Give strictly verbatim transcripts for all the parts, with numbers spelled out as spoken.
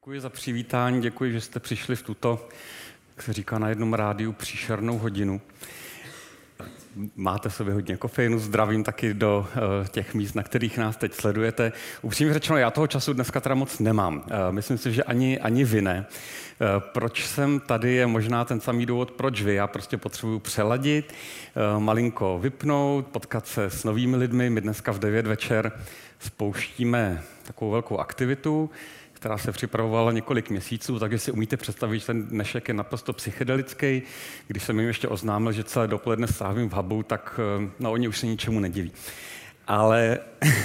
Děkuji za přivítání, děkuji, že jste přišli v tuto, jak se říká na jednom rádiu, příšernou hodinu. Máte sobě hodně kofeinu, zdravím taky do uh, těch míst, na kterých nás teď sledujete. Upřímně řečeno, já toho času dneska teda moc nemám. Uh, myslím si, že ani, ani vy ne. Uh, proč jsem tady, je možná ten samý důvod, proč vy. Já prostě potřebuju přeladit, uh, malinko vypnout, potkat se s novými lidmi. My dneska v devět večer spouštíme takovou velkou aktivitu, která se připravovala několik měsíců, takže si umíte představit, že ten dnešek je naprosto psychedelický. Když jsem jim ještě oznámil, že celé dopoledne strávím v hubu, tak no, oni už se ničemu nediví. Ale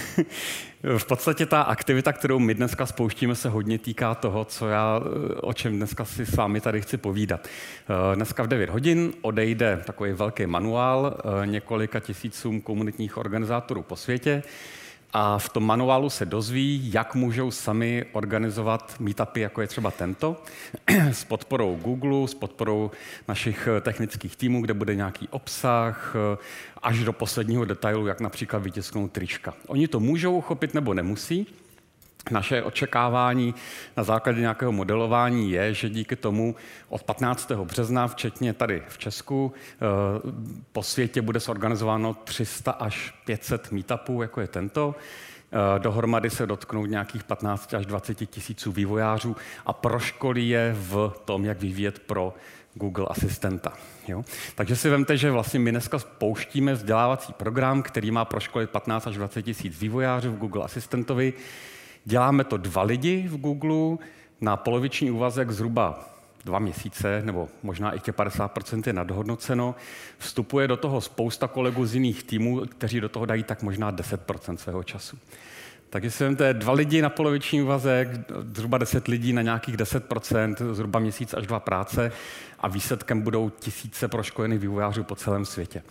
v podstatě ta aktivita, kterou my dneska spouštíme, se hodně týká toho, co já, o čem dneska si s vámi tady chci povídat. Dneska v devět hodin odejde takový velký manuál několika tisícům komunitních organizátorů po světě. A v tom manuálu se dozví, jak můžou sami organizovat meetupy, jako je třeba tento, s podporou Google, s podporou našich technických týmů, kde bude nějaký obsah, až do posledního detailu, jak například vytisknout trička. Oni to můžou uchopit nebo nemusí. Naše očekávání na základě nějakého modelování je, že díky tomu od patnáctého března, včetně tady v Česku, po světě bude zorganizováno tři sta až pět set meetupů, jako je tento. Dohromady se dotknou nějakých patnáct až dvacet tisíců vývojářů a proškolí je v tom, jak vyvíjet pro Google asistenta. Jo? Takže si vemte, že vlastně my dneska spouštíme vzdělávací program, který má proškolit patnáct až dvacet tisíc vývojářů v Google asistentovi. Děláme to dva lidi v Google na poloviční úvazek zhruba dva měsíce, nebo možná i těch padesát procent je nadhodnoceno. Vstupuje do toho spousta kolegů z jiných týmů, kteří do toho dají tak možná deset procent svého času. Takže si vemte dva lidi na poloviční úvazek, zhruba deset lidí na nějakých deset procent, zhruba měsíc až dva práce a výsledkem budou tisíce proškolených vývojářů po celém světě.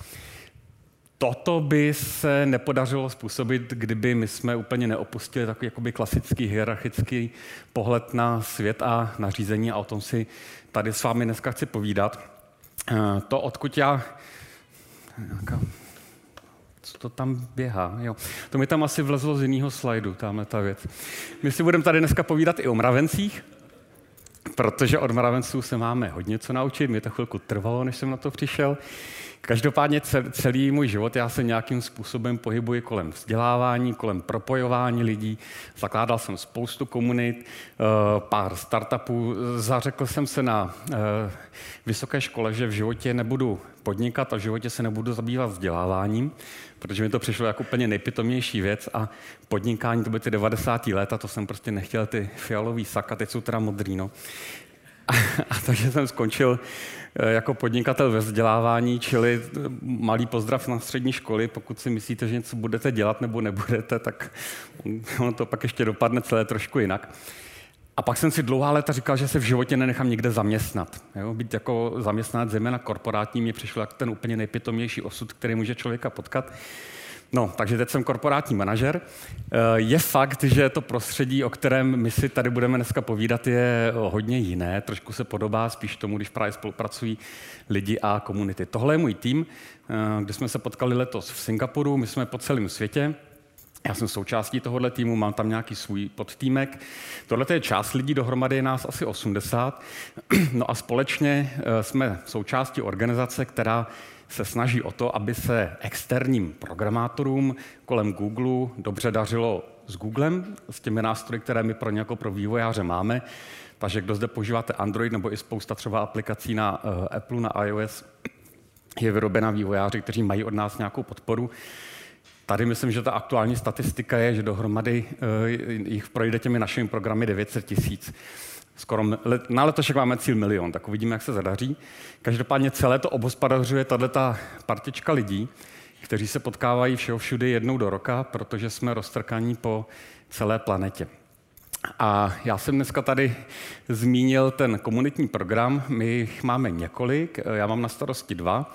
Toto by se nepodařilo způsobit, kdyby my jsme úplně neopustili takový jakoby klasický hierarchický pohled na svět a na řízení a o tom si tady s vámi dneska chci povídat. To, odkud já... Nějaká... Co to tam běhá? Jo. To mi tam asi vlezlo z jiného slajdu, tamhle ta věc. My si budeme tady dneska povídat i o mravencích, protože od mravenců se máme hodně co naučit. Mě to chvilku trvalo, než jsem na to přišel. Každopádně celý můj život já se nějakým způsobem pohybuji kolem vzdělávání, kolem propojování lidí. Zakládal jsem spoustu komunit, pár startupů. Zařekl jsem se na vysoké škole, že v životě nebudu podnikat a v životě se nebudu zabývat vzděláváním, protože mi to přišlo jako úplně nejpitomnější věc a podnikání, to byly ty devadesátá léta, to jsem prostě nechtěl ty fialový sak a teď jsou teda modrý, no. A, a takže jsem skončil jako podnikatel ve vzdělávání, čili malý pozdrav na střední školy. Pokud si myslíte, že něco budete dělat nebo nebudete, tak ono to pak ještě dopadne celé trošku jinak. A pak jsem si dlouhá léta říkal, že se v životě nenechám nikde zaměstnat. Jo? Být jako zaměstnanec zejména korporátní mi přišlo jako ten úplně nejpitomnější osud, který může člověka potkat. No, takže teď jsem korporátní manažer. Je fakt, že to prostředí, o kterém my si tady budeme dneska povídat, je hodně jiné. Trošku se podobá spíš tomu, když právě spolupracují lidi a komunity. Tohle je můj tým, kde jsme se potkali letos v Singapuru. My jsme po celém světě. Já jsem součástí tohohle týmu, mám tam nějaký svůj podtýmek. Tohle je část lidí, dohromady je nás asi osmdesát. No a společně jsme součástí organizace, která se snaží o to, aby se externím programátorům kolem Google dobře dařilo s Googlem, s těmi nástroji, které my pro ně jako pro vývojáře máme. Takže kdo zde používáte Android nebo i spousta třeba aplikací na uh, Apple, na iOS, je vyrobena vývojáři, kteří mají od nás nějakou podporu. Tady myslím, že ta aktuální statistika je, že dohromady uh, jich projde těmi našimi programy devět set tisíc. Skoro na letošek máme cíl milion, tak uvidíme, jak se zadaří. Každopádně celé to obhospodařuje tato partička lidí, kteří se potkávají všeho všudy jednou do roka, protože jsme roztrkaní po celé planetě. A já jsem dneska tady zmínil ten komunitní program, my jich máme několik, já mám na starosti dva.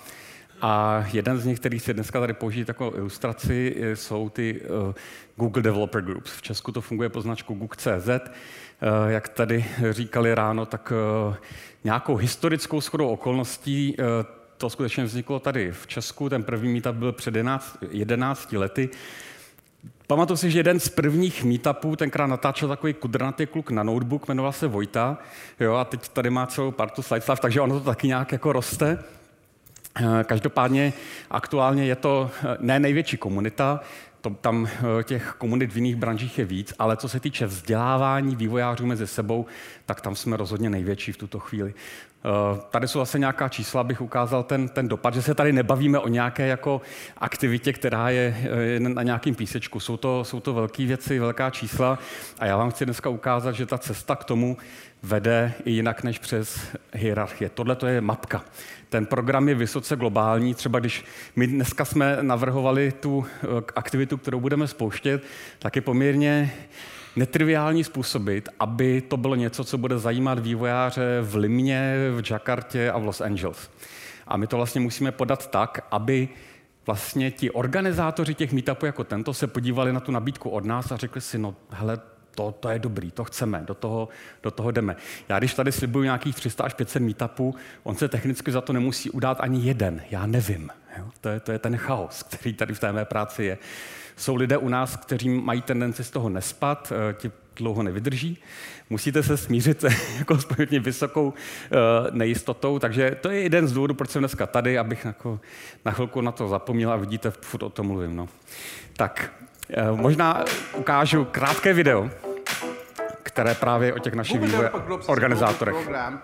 A jeden z nich, který si dneska tady použít jako ilustraci, jsou ty uh, Google Developer Groups. V Česku to funguje pod značkou Google tečka cé zet. Uh, jak tady říkali ráno, tak uh, nějakou historickou shodou okolností uh, to skutečně vzniklo tady v Česku. Ten první meetup byl před jedenácti lety. Pamatuju si, že jeden z prvních meetupů tenkrát natáčel takový kudrnatý kluk na notebook, jmenoval se Vojta, jo, a teď tady má celou partu SlideStaff, takže ono to taky nějak jako roste. Každopádně aktuálně je to ne největší komunita, to, tam těch komunit v jiných branžích je víc, ale co se týče vzdělávání vývojářů mezi sebou, tak tam jsme rozhodně největší v tuto chvíli. Tady jsou zase nějaká čísla, abych ukázal ten, ten dopad, že se tady nebavíme o nějaké jako aktivitě, která je na nějakém písečku. Jsou to, jsou to velké věci, velká čísla a já vám chci dneska ukázat, že ta cesta k tomu vede i jinak než přes hierarchie. Tohle to je mapka. Ten program je vysoce globální. Třeba když my dneska jsme navrhovali tu aktivitu, kterou budeme spouštět, tak je poměrně netriviální způsobit, aby to bylo něco, co bude zajímat vývojáře v Limě, v Jakartě a v Los Angeles. A my to vlastně musíme podat tak, aby vlastně ti organizátoři těch meetupů jako tento se podívali na tu nabídku od nás a řekli si, no hele, To, to je dobrý, to chceme, do toho, do toho jdeme. Já když tady slibuju nějakých tři sta až pět set meetupů, on se technicky za to nemusí udát ani jeden, já nevím. Jo? To, je, to je ten chaos, který tady v té mé práci je. Jsou lidé u nás, kteří mají tendenci z toho nespat, ti dlouho nevydrží. Musíte se smířit jako s poměrně vysokou nejistotou, takže to je jeden z důvodů, proč jsem dneska tady, abych jako na chvilku na to zapomněl a vidíte, furt o tom mluvím. No. Tak, možná ukážu krátké video, které právě o těch našich organizátorech.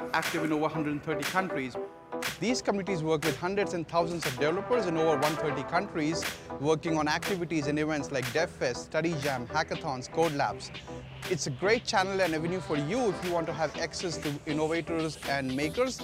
These communities work with hundreds and thousands of developers in over one hundred thirty countries, working on activities and events like DevFest, Study Jam, hackathons, Code Labs. It's a great channel and avenue for you if you want to have access to innovators and makers.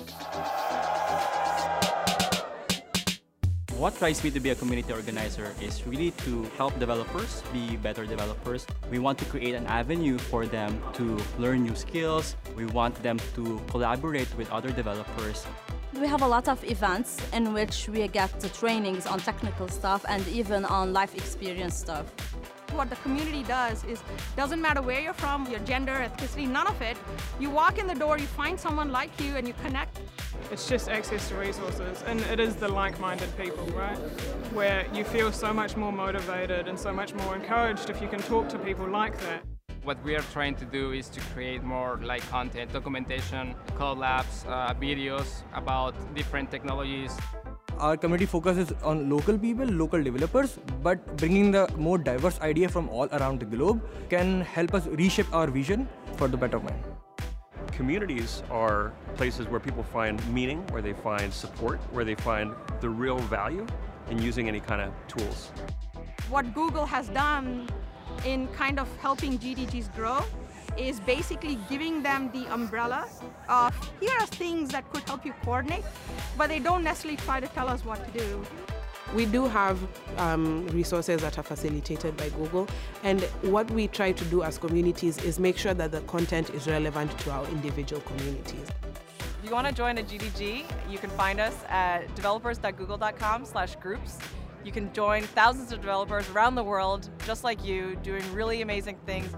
What drives me to be a community organizer is really to help developers be better developers. We want to create an avenue for them to learn new skills. We want them to collaborate with other developers. We have a lot of events in which we get the trainings on technical stuff and even on life experience stuff. What the community does is, doesn't matter where you're from, your gender, ethnicity, none of it. You walk in the door, you find someone like you and you connect. It's just access to resources, and it is the like-minded people, right? Where you feel so much more motivated and so much more encouraged if you can talk to people like that. What we are trying to do is to create more like content, documentation, collabs, uh, videos about different technologies. Our community focuses on local people, local developers, but bringing the more diverse idea from all around the globe can help us reshape our vision for the better mind. Communities are places where people find meaning, where they find support, where they find the real value in using any kind of tools. What Google has done in kind of helping G D Gs grow is basically giving them the umbrella of, here are things that could help you coordinate, but they don't necessarily try to tell us what to do. We do have um, resources that are facilitated by Google, and what we try to do as communities is make sure that the content is relevant to our individual communities. If you want to join a G D G, you can find us at developers dot google dot com slash groups. You can join thousands of developers around the world, just like you, doing really amazing things.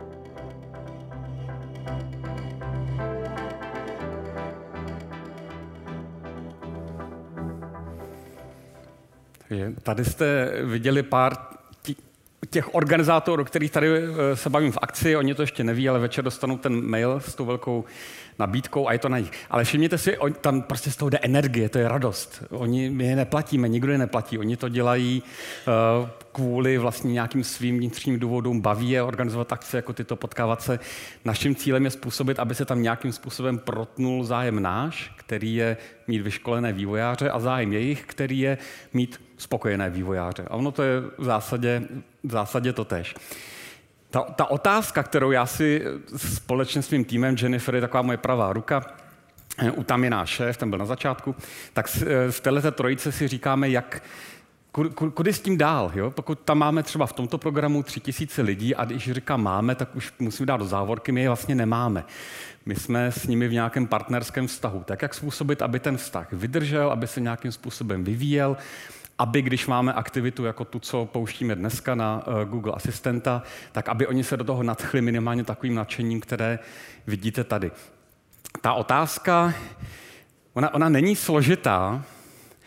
Tady jste viděli pár těch organizátorů, o kterých tady se bavím v akci, oni to ještě neví, ale večer dostanou ten mail s tou velkou nabídkou a je to na nich. Ale všimněte si, tam prostě z toho jde energie, to je radost. Oni, my je neplatíme, nikdo je neplatí. Oni to dělají uh, kvůli vlastně nějakým svým vnitřním důvodům, baví je organizovat akce jako tyto, potkávat se. Naším cílem je způsobit, aby se tam nějakým způsobem protnul zájem náš, který je mít vyškolené vývojáře, a zájem jejich, který je mít spokojené vývojáře. A ono to je v zásadě, v zásadě to též. Ta, ta otázka, kterou já si společně s svým týmem, Jennifer je taková moje pravá ruka, Utam je náš šéf, ten byl na začátku, tak v této trojice si říkáme, jak, kudy s tím dál. Jo? Pokud tam máme třeba v tomto programu tři tisíce lidí a když říkám máme, tak už musíme dát do závorky, my je vlastně nemáme. My jsme s nimi v nějakém partnerském vztahu. Tak jak způsobit, aby ten vztah vydržel, aby se nějakým způsobem vyvíjel, aby když máme aktivitu jako tu, co pouštíme dneska na uh, Google Asistenta, tak aby oni se do toho nadchli minimálně takovým nadšením, které vidíte tady. Ta otázka, ona, ona není složitá,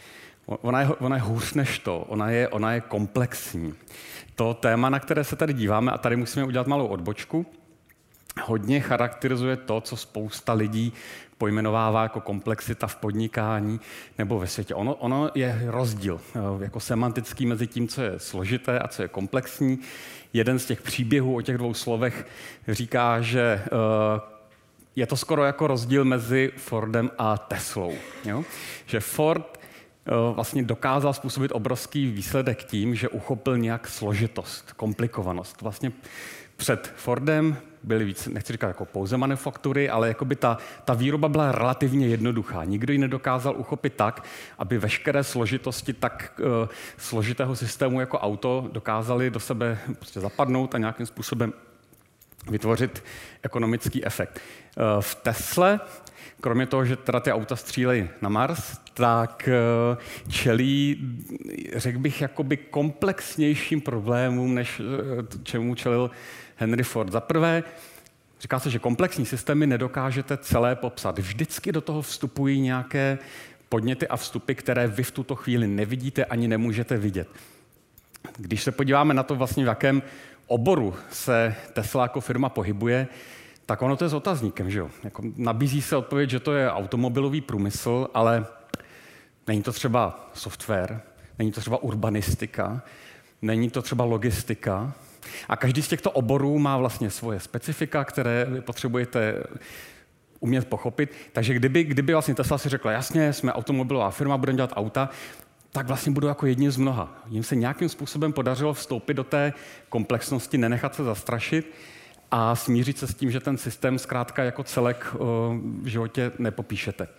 ona je, ona je hůř než to, ona je, ona je komplexní. To téma, na které se tady díváme, a tady musíme udělat malou odbočku, hodně charakterizuje to, co spousta lidí pojmenovává jako komplexita v podnikání nebo ve světě. Ono, ono je rozdíl jako semantický mezi tím, co je složité a co je komplexní. Jeden z těch příběhů o těch dvou slovech říká, že je to skoro jako rozdíl mezi Fordem a Teslou. Jo? Že Ford vlastně dokázal způsobit obrovský výsledek tím, že uchopil nějak složitost, komplikovanost. Vlastně před Fordem byly víc, nechci říkat jako pouze manufaktury, ale jakoby ta, ta výroba byla relativně jednoduchá. Nikdo ji nedokázal uchopit tak, aby veškeré složitosti tak uh, složitého systému jako auto dokázali do sebe prostě zapadnout a nějakým způsobem vytvořit ekonomický efekt. Uh, v Tesle, kromě toho, že teda ty auta střílejí na Mars, tak uh, čelí, řekl bych, jakoby komplexnějším problémům, než uh, čemu čelil Henry Ford. Za prvé, říká se, že komplexní systémy nedokážete celé popsat. Vždycky do toho vstupují nějaké podněty a vstupy, které vy v tuto chvíli nevidíte ani nemůžete vidět. Když se podíváme na to, vlastně v jakém oboru se Tesla jako firma pohybuje, tak ono to je s otazníkem, že jo? Jako nabízí se odpověď, že to je automobilový průmysl, ale není to třeba software, není to třeba urbanistika, není to třeba logistika. A každý z těchto oborů má vlastně svoje specifika, které vy potřebujete umět pochopit. Takže kdyby, kdyby vlastně Tesla si řekla, jasně, jsme automobilová firma, budeme dělat auta, tak vlastně budou jako jedni z mnoha. Jim se nějakým způsobem podařilo vstoupit do té komplexnosti, nenechat se zastrašit a smířit se s tím, že ten systém zkrátka jako celek v životě nepopíšete.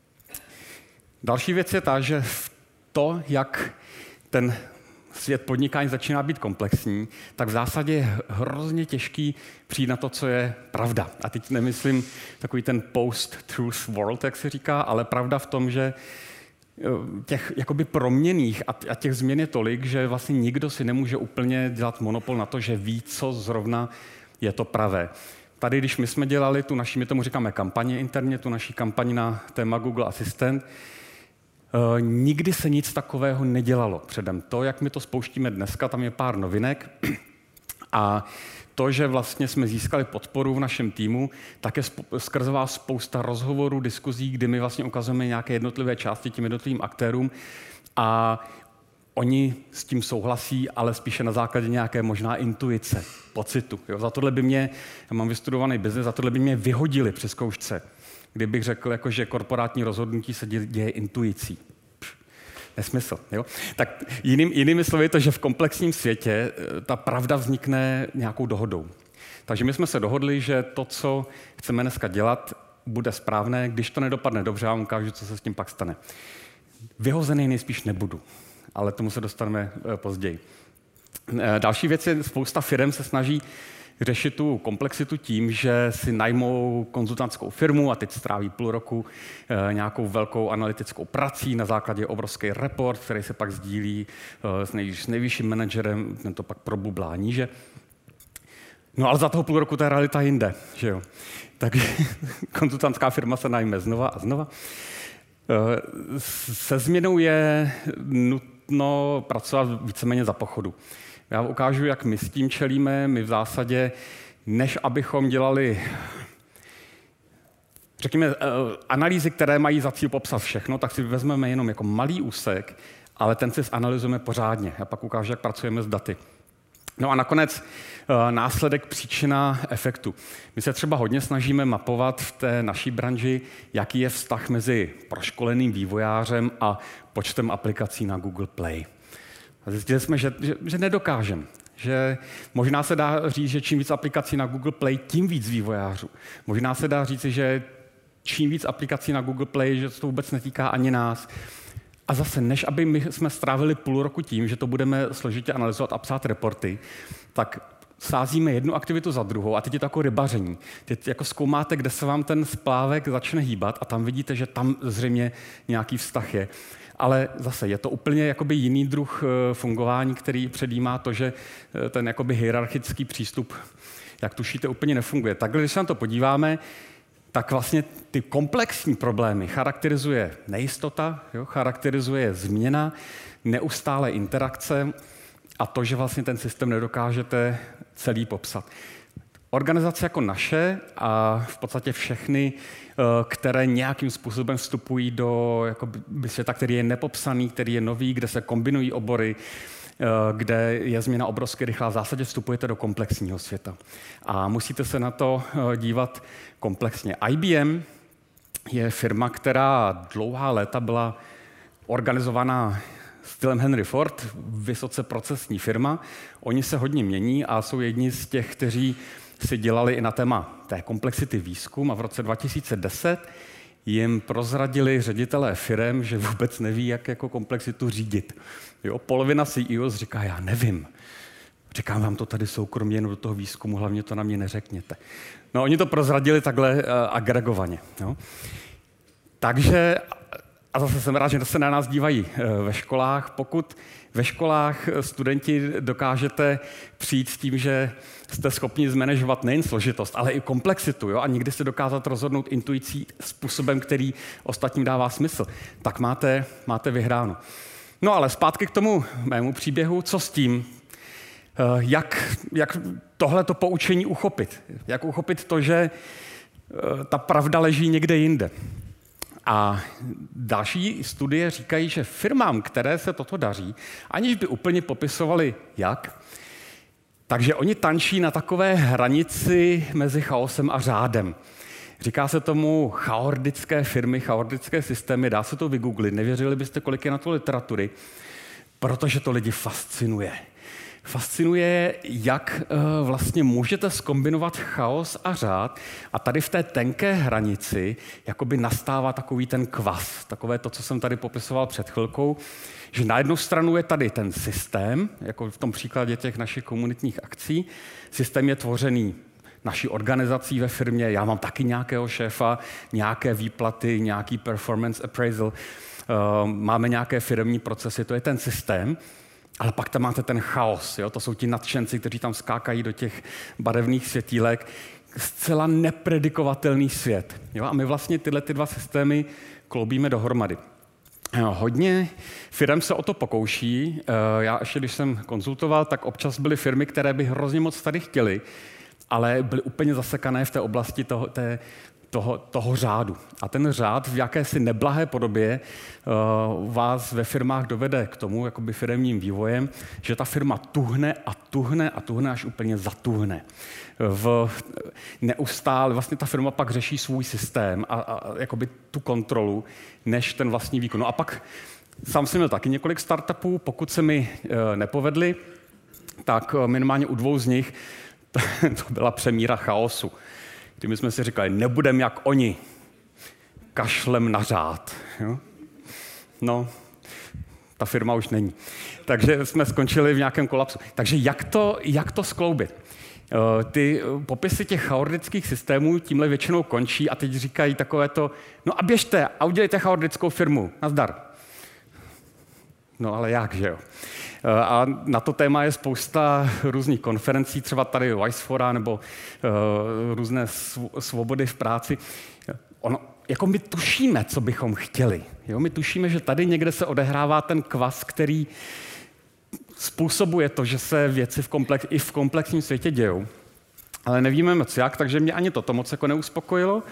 Další věc je ta, že to, jak ten svět podnikání začíná být komplexní, tak v zásadě je hrozně těžký přijít na to, co je pravda. A teď nemyslím takový ten post-truth world, jak se říká, ale pravda v tom, že těch jakoby proměnných a těch změn je tolik, že vlastně nikdo si nemůže úplně dělat monopol na to, že ví, co zrovna je to pravé. Tady, když my jsme dělali tu naši, my tomu říkáme kampaně interně, tu naší kampaň na téma Google Assistant, Uh, nikdy se nic takového nedělalo předem. To, jak my to spouštíme dneska, tam je pár novinek a to, že vlastně jsme získali podporu v našem týmu, tak je skrze vás spousta rozhovorů, diskuzí, kdy my vlastně ukazujeme nějaké jednotlivé části těm jednotlivým aktérům a oni s tím souhlasí, ale spíše na základě nějaké možná intuice, pocitu. Jo? Za tohle by mě, já mám vystudovaný biznes, za tohle by mě vyhodili při zkoušce. Kdybych řekl, jako, že korporátní rozhodnutí se děje, děje intuicí. Pš, nesmysl. Jo? Tak jiným, jinými slovy je to, že v komplexním světě ta pravda vznikne nějakou dohodou. Takže my jsme se dohodli, že to, co chceme dneska dělat, bude správné. Když to nedopadne dobře, já vám ukážu, co se s tím pak stane. Vyhozený nejspíš nebudu, ale tomu se dostaneme později. Další věc je, spousta firem se snaží řešit tu komplexitu tím, že si najmou konzultantskou firmu a teď stráví půl roku e, nějakou velkou analytickou prací na základě obrovský report, který se pak sdílí e, s, nej, s nejvyšším manažerem, ten to pak probublá níže. No ale za toho půl roku ta realita jinde, že jo. Takže konzultantská firma se najme znova a znova. E, se změnou je nutno pracovat víceméně za pochodu. Já ukážu, jak my s tím čelíme. My v zásadě, než abychom dělali, řekněme, analýzy, které mají za cíl popsat všechno, tak si vezmeme jenom jako malý úsek, ale ten si zanalyzujeme pořádně. Já pak ukážu, jak pracujeme s daty. No a nakonec následek, příčina efektu. My se třeba hodně snažíme mapovat v té naší branži, jaký je vztah mezi proškoleným vývojářem a počtem aplikací na Google Play. A zjistili jsme, že, že, že nedokážeme. Že možná se dá říct, že čím víc aplikací na Google Play, tím víc vývojářů. Možná se dá říct, že čím víc aplikací na Google Play, že to vůbec netýká ani nás. A zase, než aby my jsme strávili půl roku tím, že to budeme složitě analyzovat a psát reporty, tak sázíme jednu aktivitu za druhou a teď je to jako rybaření. Teď jako zkoumáte, kde se vám ten splávek začne hýbat a tam vidíte, že tam zřejmě nějaký vztah je. Ale zase je to úplně jakoby jiný druh fungování, který předjímá to, že ten jakoby hierarchický přístup, jak tušíte, úplně nefunguje. Takhle, když se na to podíváme, tak vlastně ty komplexní problémy charakterizuje nejistota, jo, charakterizuje změna, neustále interakce a to, že vlastně ten systém nedokážete celý popsat. Organizace jako naše a v podstatě všechny, které nějakým způsobem vstupují do jakoby, světa, který je nepopsaný, který je nový, kde se kombinují obory, kde je změna obrovsky rychlá, v zásadě vstupujete do komplexního světa. A musíte se na to dívat komplexně. I B M je firma, která dlouhá léta byla organizovaná stylem Henry Ford, vysoce procesní firma. Oni se hodně mění a jsou jedni z těch, kteří si dělali i na téma té komplexity výzkum a v roce dva tisíce deset jim prozradili ředitelé firem, že vůbec neví, jak jako komplexitu řídit. Jo, polovina C E Os říká, já nevím. Říkám vám to tady soukromě, jenom do toho výzkumu, hlavně to na mě neřekněte. No, oni to prozradili takhle uh, agregovaně. Jo. Takže, a zase jsem rád, že se na nás dívají uh, ve školách. Pokud ve školách studenti dokážete přijít s tím, že jste schopni zmanažovat nejen složitost, ale i komplexitu, jo? A někdy se dokázat rozhodnout intuicí způsobem, který ostatním dává smysl, tak máte, máte vyhráno. No ale zpátky k tomu mému příběhu, co s tím? Jak, jak tohleto poučení uchopit? Jak uchopit to, že ta pravda leží někde jinde? A další studie říkají, že firmám, které se toto daří, aniž by úplně popisovali jak, takže oni tančí na takové hranici mezi chaosem a řádem. Říká se tomu chaordické firmy, chaordické systémy, dá se to vygooglit, nevěřili byste, kolik je na to literatury, protože to lidi fascinuje. Fascinuje, jak uh, vlastně můžete zkombinovat chaos a řád a tady v té tenké hranici jakoby nastává takový ten kvas, takové to, co jsem tady popisoval před chvilkou, že na jednu stranu je tady ten systém, jako v tom příkladě těch našich komunitních akcí. Systém je tvořený naší organizací ve firmě, já mám taky nějakého šéfa, nějaké výplaty, nějaký performance appraisal, uh, máme nějaké firemní procesy, to je ten systém. Ale pak tam máte ten chaos, jo? To jsou ti nadšenci, kteří tam skákají do těch barevných světílek. Zcela nepredikovatelný svět. Jo? A my vlastně tyhle ty dva systémy kloubíme dohromady. Hodně firem se o to pokouší. Já ještě, když jsem konzultoval, tak občas byly firmy, které by hrozně moc tady chtěly, ale byly úplně zasekané v té oblasti toho, té, toho, toho řádu. A ten řád v jakési neblahé podobě uh, vás ve firmách dovede k tomu, jakoby firemním vývojem, že ta firma tuhne a tuhne a tuhne, až úplně zatuhne. V neustále, vlastně ta firma pak řeší svůj systém a, a jakoby tu kontrolu, než ten vlastní výkon. No a pak sám jsem měl taky několik startupů, pokud se mi uh, nepovedly, tak minimálně u dvou z nich to byla přemíra chaosu. Kdy my jsme si říkali, nebudem jak oni, kašlem na řád. Jo? No, ta firma už není. Takže jsme skončili v nějakém kolapsu. Takže jak to, jak to skloubit? Ty popisy těch chaordických systémů tímhle většinou končí a teď říkají takové to, no a běžte a udělejte chaordickou firmu. Nazdar. No ale jak, že jo? A na to téma je spousta různých konferencí, třeba tady Wisefora nebo uh, různé svobody v práci. Ono, jako my tušíme, co bychom chtěli. Jo? My tušíme, že tady někde se odehrává ten kvas, který způsobuje to, že se věci v komplex, i v komplexním světě dějou. Ale nevíme moc jak, takže mě ani toto moc jako neuspokojilo.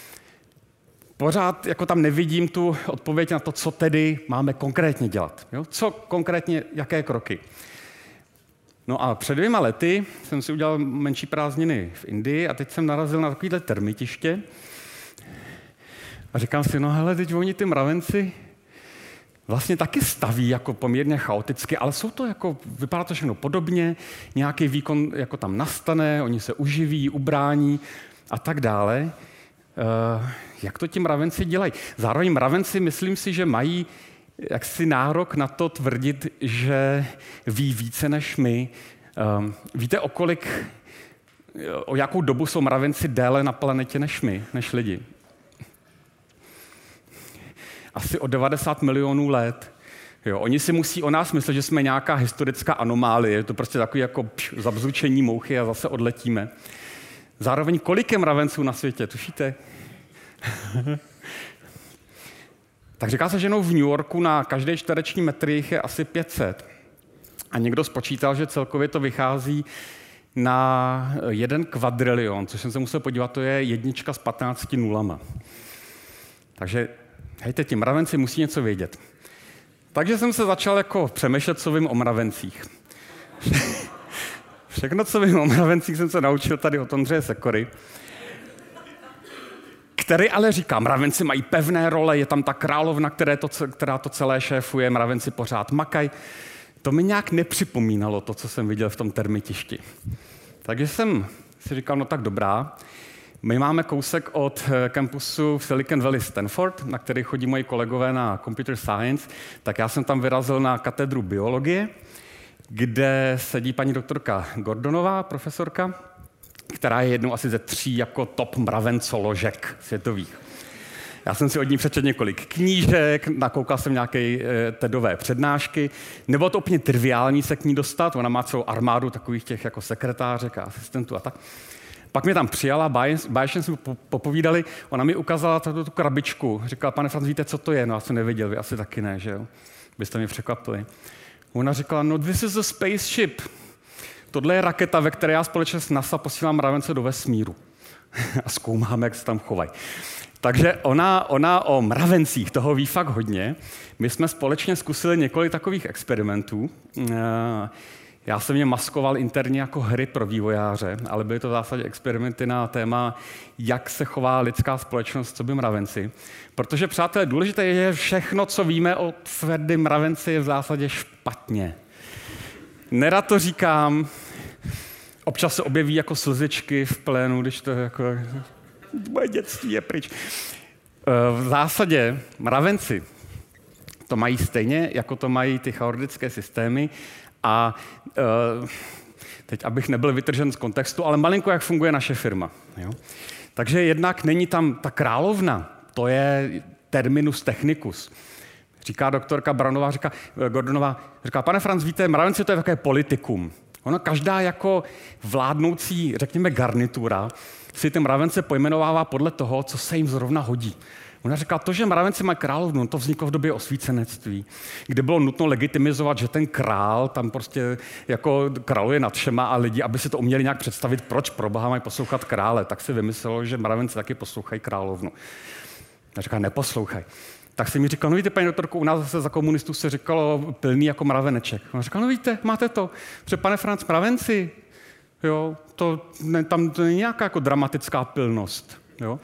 Pořád jako tam nevidím tu odpověď na to, co tedy máme konkrétně dělat. Jo? Co konkrétně, jaké kroky. No a před dvěma lety jsem si udělal menší prázdniny v Indii a teď jsem narazil na takovýhle termitiště a říkám si, no hele, teď oni ty mravenci vlastně taky staví jako poměrně chaoticky, ale jsou to jako, vypadá to všechno podobně, nějaký výkon jako tam nastane, oni se uživí, ubrání a tak dále. Uh, jak to ti mravenci dělají? Zároveň mravenci, myslím si, že mají jaksi nárok na to tvrdit, že ví více než my. Uh, víte, o kolik, o jakou dobu jsou mravenci déle na planetě než my, než lidi? Asi o devadesát milionů let. Jo, oni si musí o nás myslet, že jsme nějaká historická anomálie. Je to prostě takový jako pš, zabzučení mouchy a zase odletíme. Zároveň kolik je mravenců na světě, tušíte? Tak říká se, že jenom v New Yorku na každé čtvereční metr jich je asi pět set. A někdo spočítal, že celkově to vychází na jeden kvadrilion, což jsem se musel podívat, to je jednička s patnácti nulama. Takže hejte, ti mravenci musí něco vědět. Takže jsem se začal jako přemýšlet, co vím o mravencích. Všechno, co vím o mravencích, jsem se naučil tady od Ondřeje Sekory, který ale říká, mravenci mají pevné role, je tam ta královna, které to, která to celé šéfuje, mravenci pořád makají. To mi nějak nepřipomínalo to, co jsem viděl v tom termitišti. Takže jsem si říkal, no tak dobrá, my máme kousek od kampusu v Silicon Valley Stanford, na který chodí moji kolegové na computer science, tak já jsem tam vyrazil na katedru biologie, kde sedí paní doktorka Gordonová, profesorka, která je jednou asi ze tří jako top mravencoložek světových. Já jsem si od ní přečetl několik knížek, nakoukal jsem nějaké e, tedové přednášky. Nebylo to úplně triviální se k ní dostat, ona má celou armádu takových těch jako sekretářek a asistentů a tak. Pak mě tam přijala, báječně jsme popovídali, ona mi ukázala tu, tu krabičku. Říkala, pane Franc, víte, co to je? No já jsem nevěděl, vy asi taky ne, že jo? Byste mě překvapili. Ona říkala, no this is a spaceship. Tohle je raketa, ve které já společně s NASA posílám mravence do vesmíru. A zkoumáme, jak se tam chovají. Takže ona, ona o mravencích toho ví fakt hodně. My jsme společně zkusili několik takových experimentů. Já jsem je maskoval interně jako hry pro vývojáře, ale byly to v zásadě experimenty na téma, jak se chová lidská společnost, co by mravenci. Protože, přátelé, důležité je, že všechno, co víme o tvrdém mravenci, je v zásadě špatně. Nerad to říkám, občas se objeví jako slzičky v plénu, když to jako... Moje dětství je pryč. V zásadě mravenci to mají stejně, jako to mají ty chaotické systémy a teď, abych nebyl vytržen z kontextu, ale malinko, jak funguje naše firma. Jo? Takže jednak není tam ta královna, to je terminus technicus. Říká doktorka Brownová, říká, Gordonová, říká, pane Franc, víte, mravenci to je také politikum. Ono každá jako vládnoucí, řekněme, garnitura si ty mravence pojmenovává podle toho, co se jim zrovna hodí. Ona říká, to, že mravenci mají královnu, to vzniklo v době osvícenectví, kde bylo nutno legitimizovat, že ten král tam prostě jako králuje nad všema a lidi, aby si to uměli nějak představit, proč pro boha mají poslouchat krále, tak si vymyslelo, že mravenci taky poslouchají královnu. A říká, neposlouchaj. Tak si mi říkal, no víte, paní doktorku, u nás zase za komunistů se říkalo pilný jako mraveneček. Ona říkala, no víte, máte to, protože pane Franc, mravenci, jo, to, ne, tam to není nějaká jako dramatická pilnost, jo.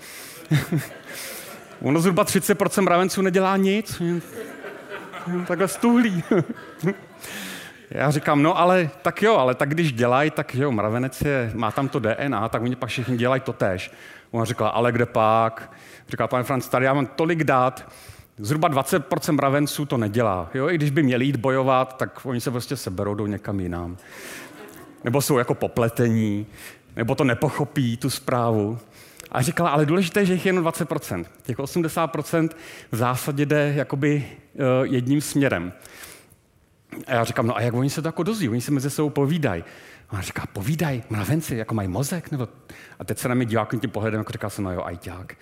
Ono zhruba třicet procent mravenců nedělá nic, takhle stuhlí. Já říkám, no ale tak jo, ale tak když dělají, tak jo, mravenec je, má tam to D N A, tak oni pak všichni dělají to též. Ona říkala, ale kde pak? Říkala, pane Franc, tady já mám tolik dat, zhruba dvacet procent mravenců to nedělá. Jo? I když by měli jít bojovat, tak oni se prostě seberou do někam jinam. Nebo jsou jako popletení, nebo to nepochopí, tu zprávu. A říkala, ale důležité je, že jich je jenom dvacet procent. Těch osmdesát procent v zásadě jde jakoby uh, jedním směrem. A já říkám, no a jak oni se to jako dozví? Oni se mezi sebou povídají. A on říká, povídaj, mravenci, jako mají mozek? Nebo... A teď se na mě dívá tím pohledem, jako říká se, no jo, ajťák.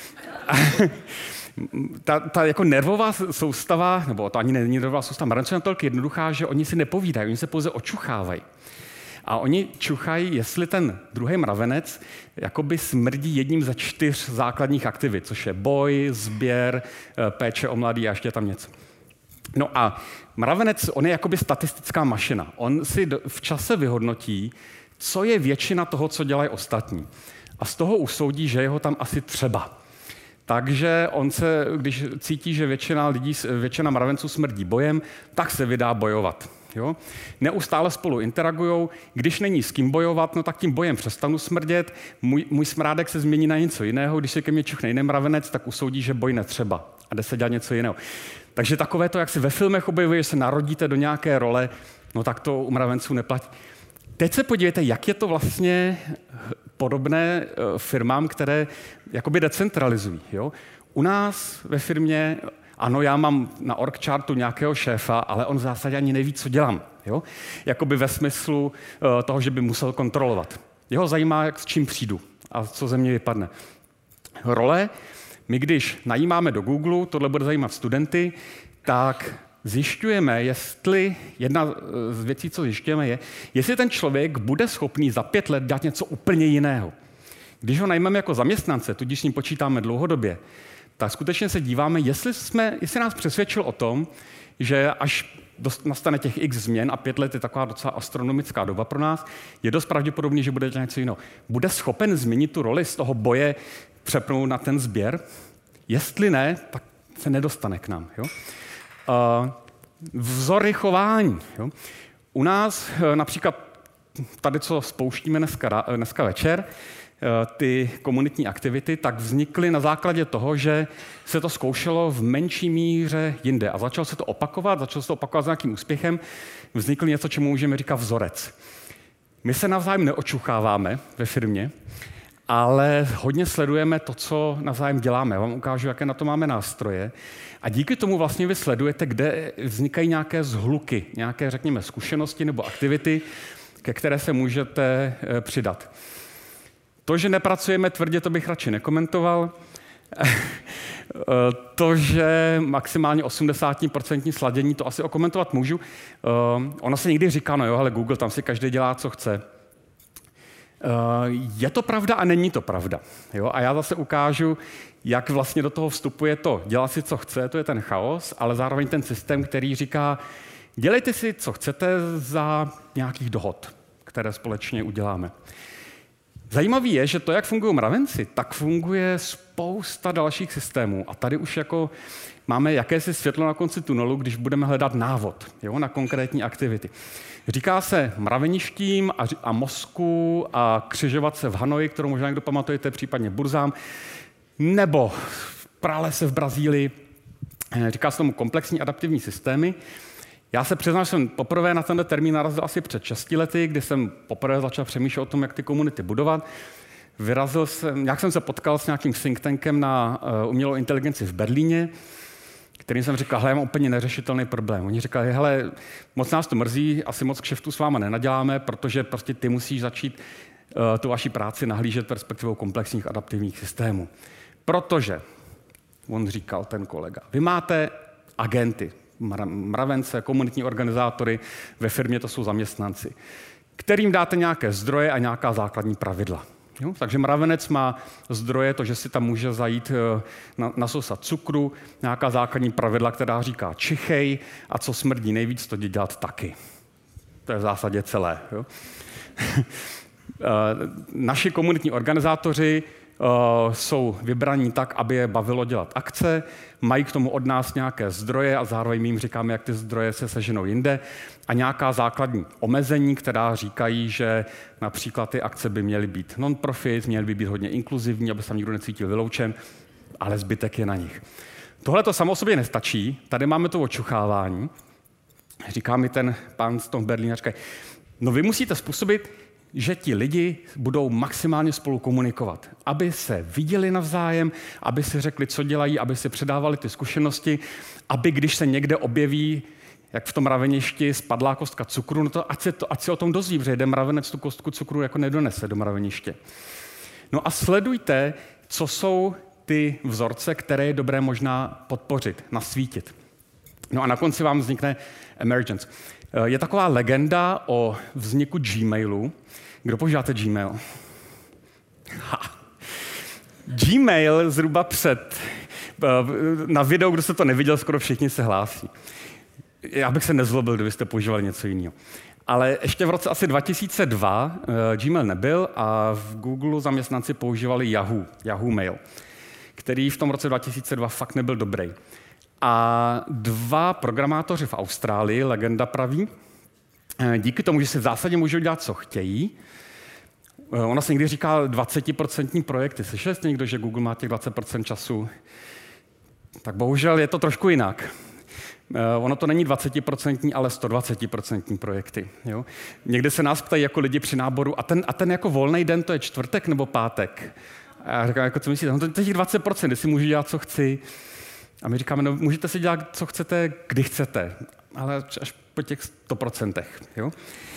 ta, ta jako nervová soustava, nebo to ani není nervová soustava, mravenců je tolik jednoduchá, že oni si nepovídají, oni se pouze očuchávají. A oni čuchají, jestli ten druhý mravenec jakoby smrdí jedním ze čtyř základních aktivit, což je boj, sběr, péče o mladý a ještě tam něco. No a mravenec, on je jakoby statistická mašina. On si v čase vyhodnotí, co je většina toho, co dělají ostatní. A z toho usoudí, že je ho tam asi třeba. Takže on se, když cítí, že většina lidí, většina mravenců smrdí bojem, tak se vydá bojovat. Jo? Neustále spolu interagujou, když není s kým bojovat, no tak tím bojem přestanu smrdět, můj, můj smrádek se změní na něco jiného, když se ke mně čuchne jiný mravenec, tak usoudí, že boj netřeba a jde se dělat něco jiného. Takže takové to, jak si ve filmech objevuje, že se narodíte do nějaké role, no tak to u mravenců neplatí. Teď se podívejte, jak je to vlastně podobné firmám, které jakoby decentralizují. Jo? U nás ve firmě, ano, já mám na org chartu nějakého šéfa, ale on v zásadě ani neví, co dělám. Jo? Jakoby ve smyslu toho, že by musel kontrolovat. Jeho zajímá, jak s čím přijdu a co ze mě vypadne. Role. My, když najímáme do Google, tohle bude zajímat studenty, tak zjišťujeme, jestli, jedna z věcí, co zjišťujeme, je, jestli ten člověk bude schopný za pět let dělat něco úplně jiného. Když ho najmeme jako zaměstnance, tudíž s ním počítáme dlouhodobě, tak skutečně se díváme, jestli, jsme, jestli nás přesvědčil o tom, že až dost, nastane těch x změn a pět let je taková docela astronomická doba pro nás, je dost pravděpodobný, že bude dělat něco jiného. Bude schopen změnit tu roli z toho boje přepnout na ten sběr? Jestli ne, tak se nedostane k nám. Jo? Uh, vzory chování. Jo? U nás uh, například tady, co spouštíme dneska, dneska večer, ty komunitní aktivity, tak vznikly na základě toho, že se to zkoušelo v menší míře jinde. A začalo se to opakovat, začalo se to opakovat s nějakým úspěchem, vznikl něco, čemu můžeme říkat vzorec. My se navzájem neočucháváme ve firmě, ale hodně sledujeme to, co navzájem děláme. Já vám ukážu, jaké na to máme nástroje. A díky tomu vlastně vy sledujete, kde vznikají nějaké zhluky, nějaké, řekněme, zkušenosti nebo aktivity, ke které se můžete přidat. To, že nepracujeme tvrdě, to bych radši nekomentoval. To, že maximálně osmdesát procent sladění, to asi okomentovat můžu. Ono se někdy říká, no jo, ale Google, tam si každý dělá, co chce. Je to pravda a není to pravda. Jo? A já zase ukážu, jak vlastně do toho vstupuje to dělat si, co chce, to je ten chaos, ale zároveň ten systém, který říká, dělejte si, co chcete za nějakých dohod, které společně uděláme. Zajímavé je, že to, jak fungují mravenci, tak funguje spousta dalších systémů. A tady už jako máme jakési světlo na konci tunelu, když budeme hledat návod, jo, na konkrétní aktivity. Říká se mraveništím a, a mozku a křižovatce v Hanoji, kterou možná někdo pamatujete, případně burzám, nebo pralese v Brazílii. Říká se tomu komplexní adaptivní systémy. Já se přiznám, že jsem poprvé na tenhle termín narazil asi před šesti lety, kdy jsem poprvé začal přemýšlet o tom, jak ty komunity budovat. Vyrazil jsem, jak jsem se potkal s nějakým think tankem na uh, umělou inteligenci v Berlíně, kterým jsem říkal, hele, já mám úplně neřešitelný problém. Oni říkali, hele, moc nás to mrzí, asi moc kšeftu s váma nenaděláme, protože prostě ty musíš začít uh, tu vaši práci nahlížet perspektivou komplexních adaptivních systémů. Protože, on říkal ten kolega, vy máte agenty, mravence, komunitní organizátory, ve firmě to jsou zaměstnanci, kterým dáte nějaké zdroje a nějaká základní pravidla. Jo? Takže mravenec má zdroje, to, že si tam může zajít na, nasousat cukru, nějaká základní pravidla, která říká čichej a co smrdí nejvíc, to jde dělat taky. To je v zásadě celé. Jo? Naši komunitní organizátoři Uh, jsou vybraní tak, aby je bavilo dělat akce, mají k tomu od nás nějaké zdroje a zároveň jim říkáme, jak ty zdroje se seženou jinde a nějaká základní omezení, která říkají, že například ty akce by měly být non-profit, měly by být hodně inkluzivní, aby se tam nikdo necítil vyloučen, ale zbytek je na nich. Tohle to samo sobě nestačí, tady máme to očuchávání. Říká mi ten pán z toho Berlína, říká, no vy musíte způsobit, že ti lidi budou maximálně spolu komunikovat, aby se viděli navzájem, aby si řekli, co dělají, aby si předávali ty zkušenosti, aby když se někde objeví, jak v tom mraveništi, spadlá kostka cukru, no to ať se, to, ať se o tom dozví, protože jeden mravenec tu kostku cukru jako nedonese do mraveniště. No a sledujte, co jsou ty vzorce, které je dobré možná podpořit, nasvítit. No a na konci vám vznikne emergence. Je taková legenda o vzniku Gmailu. Kdo používáte Gmail? Ha. Gmail zhruba před... Na videu, kdo se to neviděl, skoro všichni se hlásí. Já bych se nezlobil, kdybyste používali něco jiného. Ale ještě v roce asi dva tisíce dva uh, Gmail nebyl a v Google zaměstnanci používali Yahoo, Yahoo Mail, který v tom roce dva tisíce dva fakt nebyl dobrý. A dva programátoři v Austrálii, legenda praví, díky tomu, že si v zásadě můžou dělat, co chtějí, ona se někdy říká dvacetiprocentní projekty. Slyšeli jste někdo, že Google má těch dvacet procent času? Tak bohužel je to trošku jinak. Ono to není dvacetiprocentní, ale sto dvacetiprocentní projekty. Jo? Někdy se nás ptají jako lidi při náboru, a ten, a ten jako volný den, to je čtvrtek nebo pátek? A já říkám, jako, co myslíte? No to je těch dvacet procent, kdy si můžu dělat, co chci. A my říkáme, no můžete si dělat, co chcete, kdy chcete, ale až po těch sto procentech. Jo?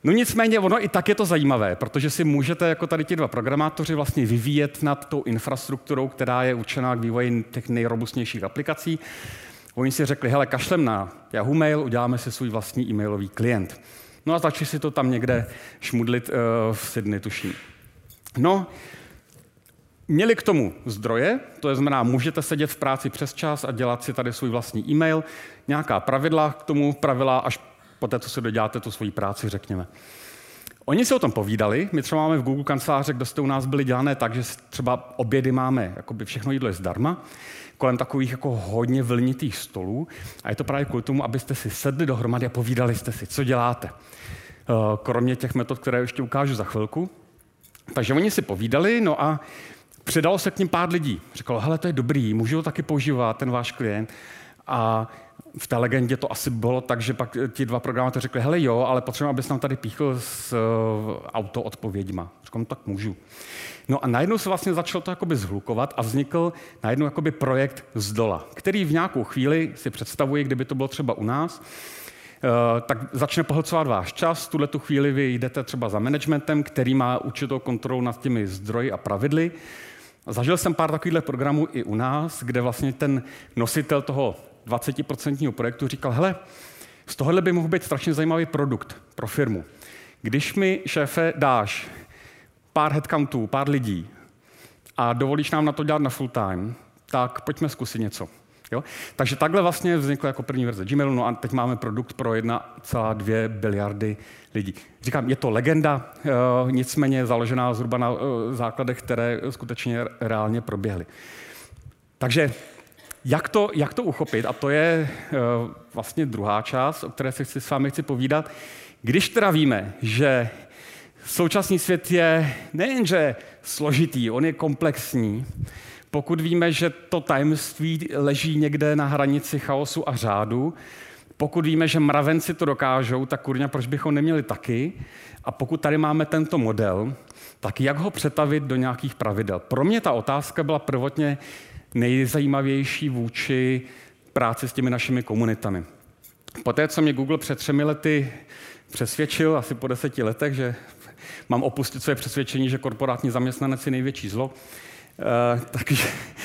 No nicméně ono i tak je to zajímavé, protože si můžete jako tady ti dva programátoři vlastně vyvíjet nad tou infrastrukturou, která je určená k vývoji těch nejrobustnějších aplikací. Oni si řekli, hele, kašlem na Yahoo Mail, uděláme si svůj vlastní e-mailový klient. No a začali si to tam někde šmudlit uh, v Sydney, tuším. No, měli k tomu zdroje, to znamená, můžete sedět v práci přes čas a dělat si tady svůj vlastní e-mail, nějaká pravidla k tomu, pravila až po té, co si doděláte tu svoji práci, řekněme. Oni si o tom povídali, my třeba máme v Google kanceláře, kde jste u nás byli dělané tak, že třeba obědy máme, jakoby všechno jídlo je zdarma, kolem takových jako hodně vlnitých stolů a je to právě kvůli tomu, abyste si sedli dohromady a povídali jste si, co děláte. Kromě těch metod, které ještě ukážu za chvilku. Takže oni si povídali, no a přidalo se k ním pár lidí. Řeklo, hele, to je dobrý, můžu ho taky používat, ten váš klient. A v té legendě to asi bylo tak, že pak ti dva programátoři řekli, hele jo, ale potřebujeme, abys nám tady píchl s uh, autoodpověďma. Říkám, tak můžu. No a najednou se vlastně začalo to jakoby zhlukovat a vznikl najednou jakoby projekt z dola, který v nějakou chvíli si představuji, kdyby to bylo třeba u nás, uh, tak začne pohlcovat váš čas. V tuhle tu chvíli vy jdete třeba za managementem, který má určitou kontrolu nad těmi zdroji a pravidly. Zažil jsem pár takovýchhle programů i u nás, kde vlastně ten nositel toho dvacetiprocentního projektu říkal, hele, z tohohle by mohl být strašně zajímavý produkt pro firmu. Když mi, šéfe, dáš pár headcountů, pár lidí a dovolíš nám na to dělat na full time, tak pojďme zkusit něco. Jo? Takže takhle vlastně vznikla jako první verze Gmailu, no a teď máme produkt pro jedna celá dvě biliardy lidí. Říkám, je to legenda, uh, nicméně založená zhruba na uh, základech, které skutečně reálně proběhly. Takže jak to, jak to uchopit, a to je uh, vlastně druhá část, o které se chci s vámi chci povídat, když teda víme, že současný svět je nejenže složitý, on je komplexní. Pokud víme, že to tajemství leží někde na hranici chaosu a řádu, pokud víme, že mravenci to dokážou, tak kurňa, proč bychom neměli taky? A pokud tady máme tento model, tak jak ho přetavit do nějakých pravidel? Pro mě ta otázka byla prvotně nejzajímavější vůči práci s těmi našimi komunitami. Poté, co mě Google před třemi lety přesvědčil, asi po deseti letech, že mám opustit své přesvědčení, že korporátní zaměstnanec je největší zlo, Uh, takže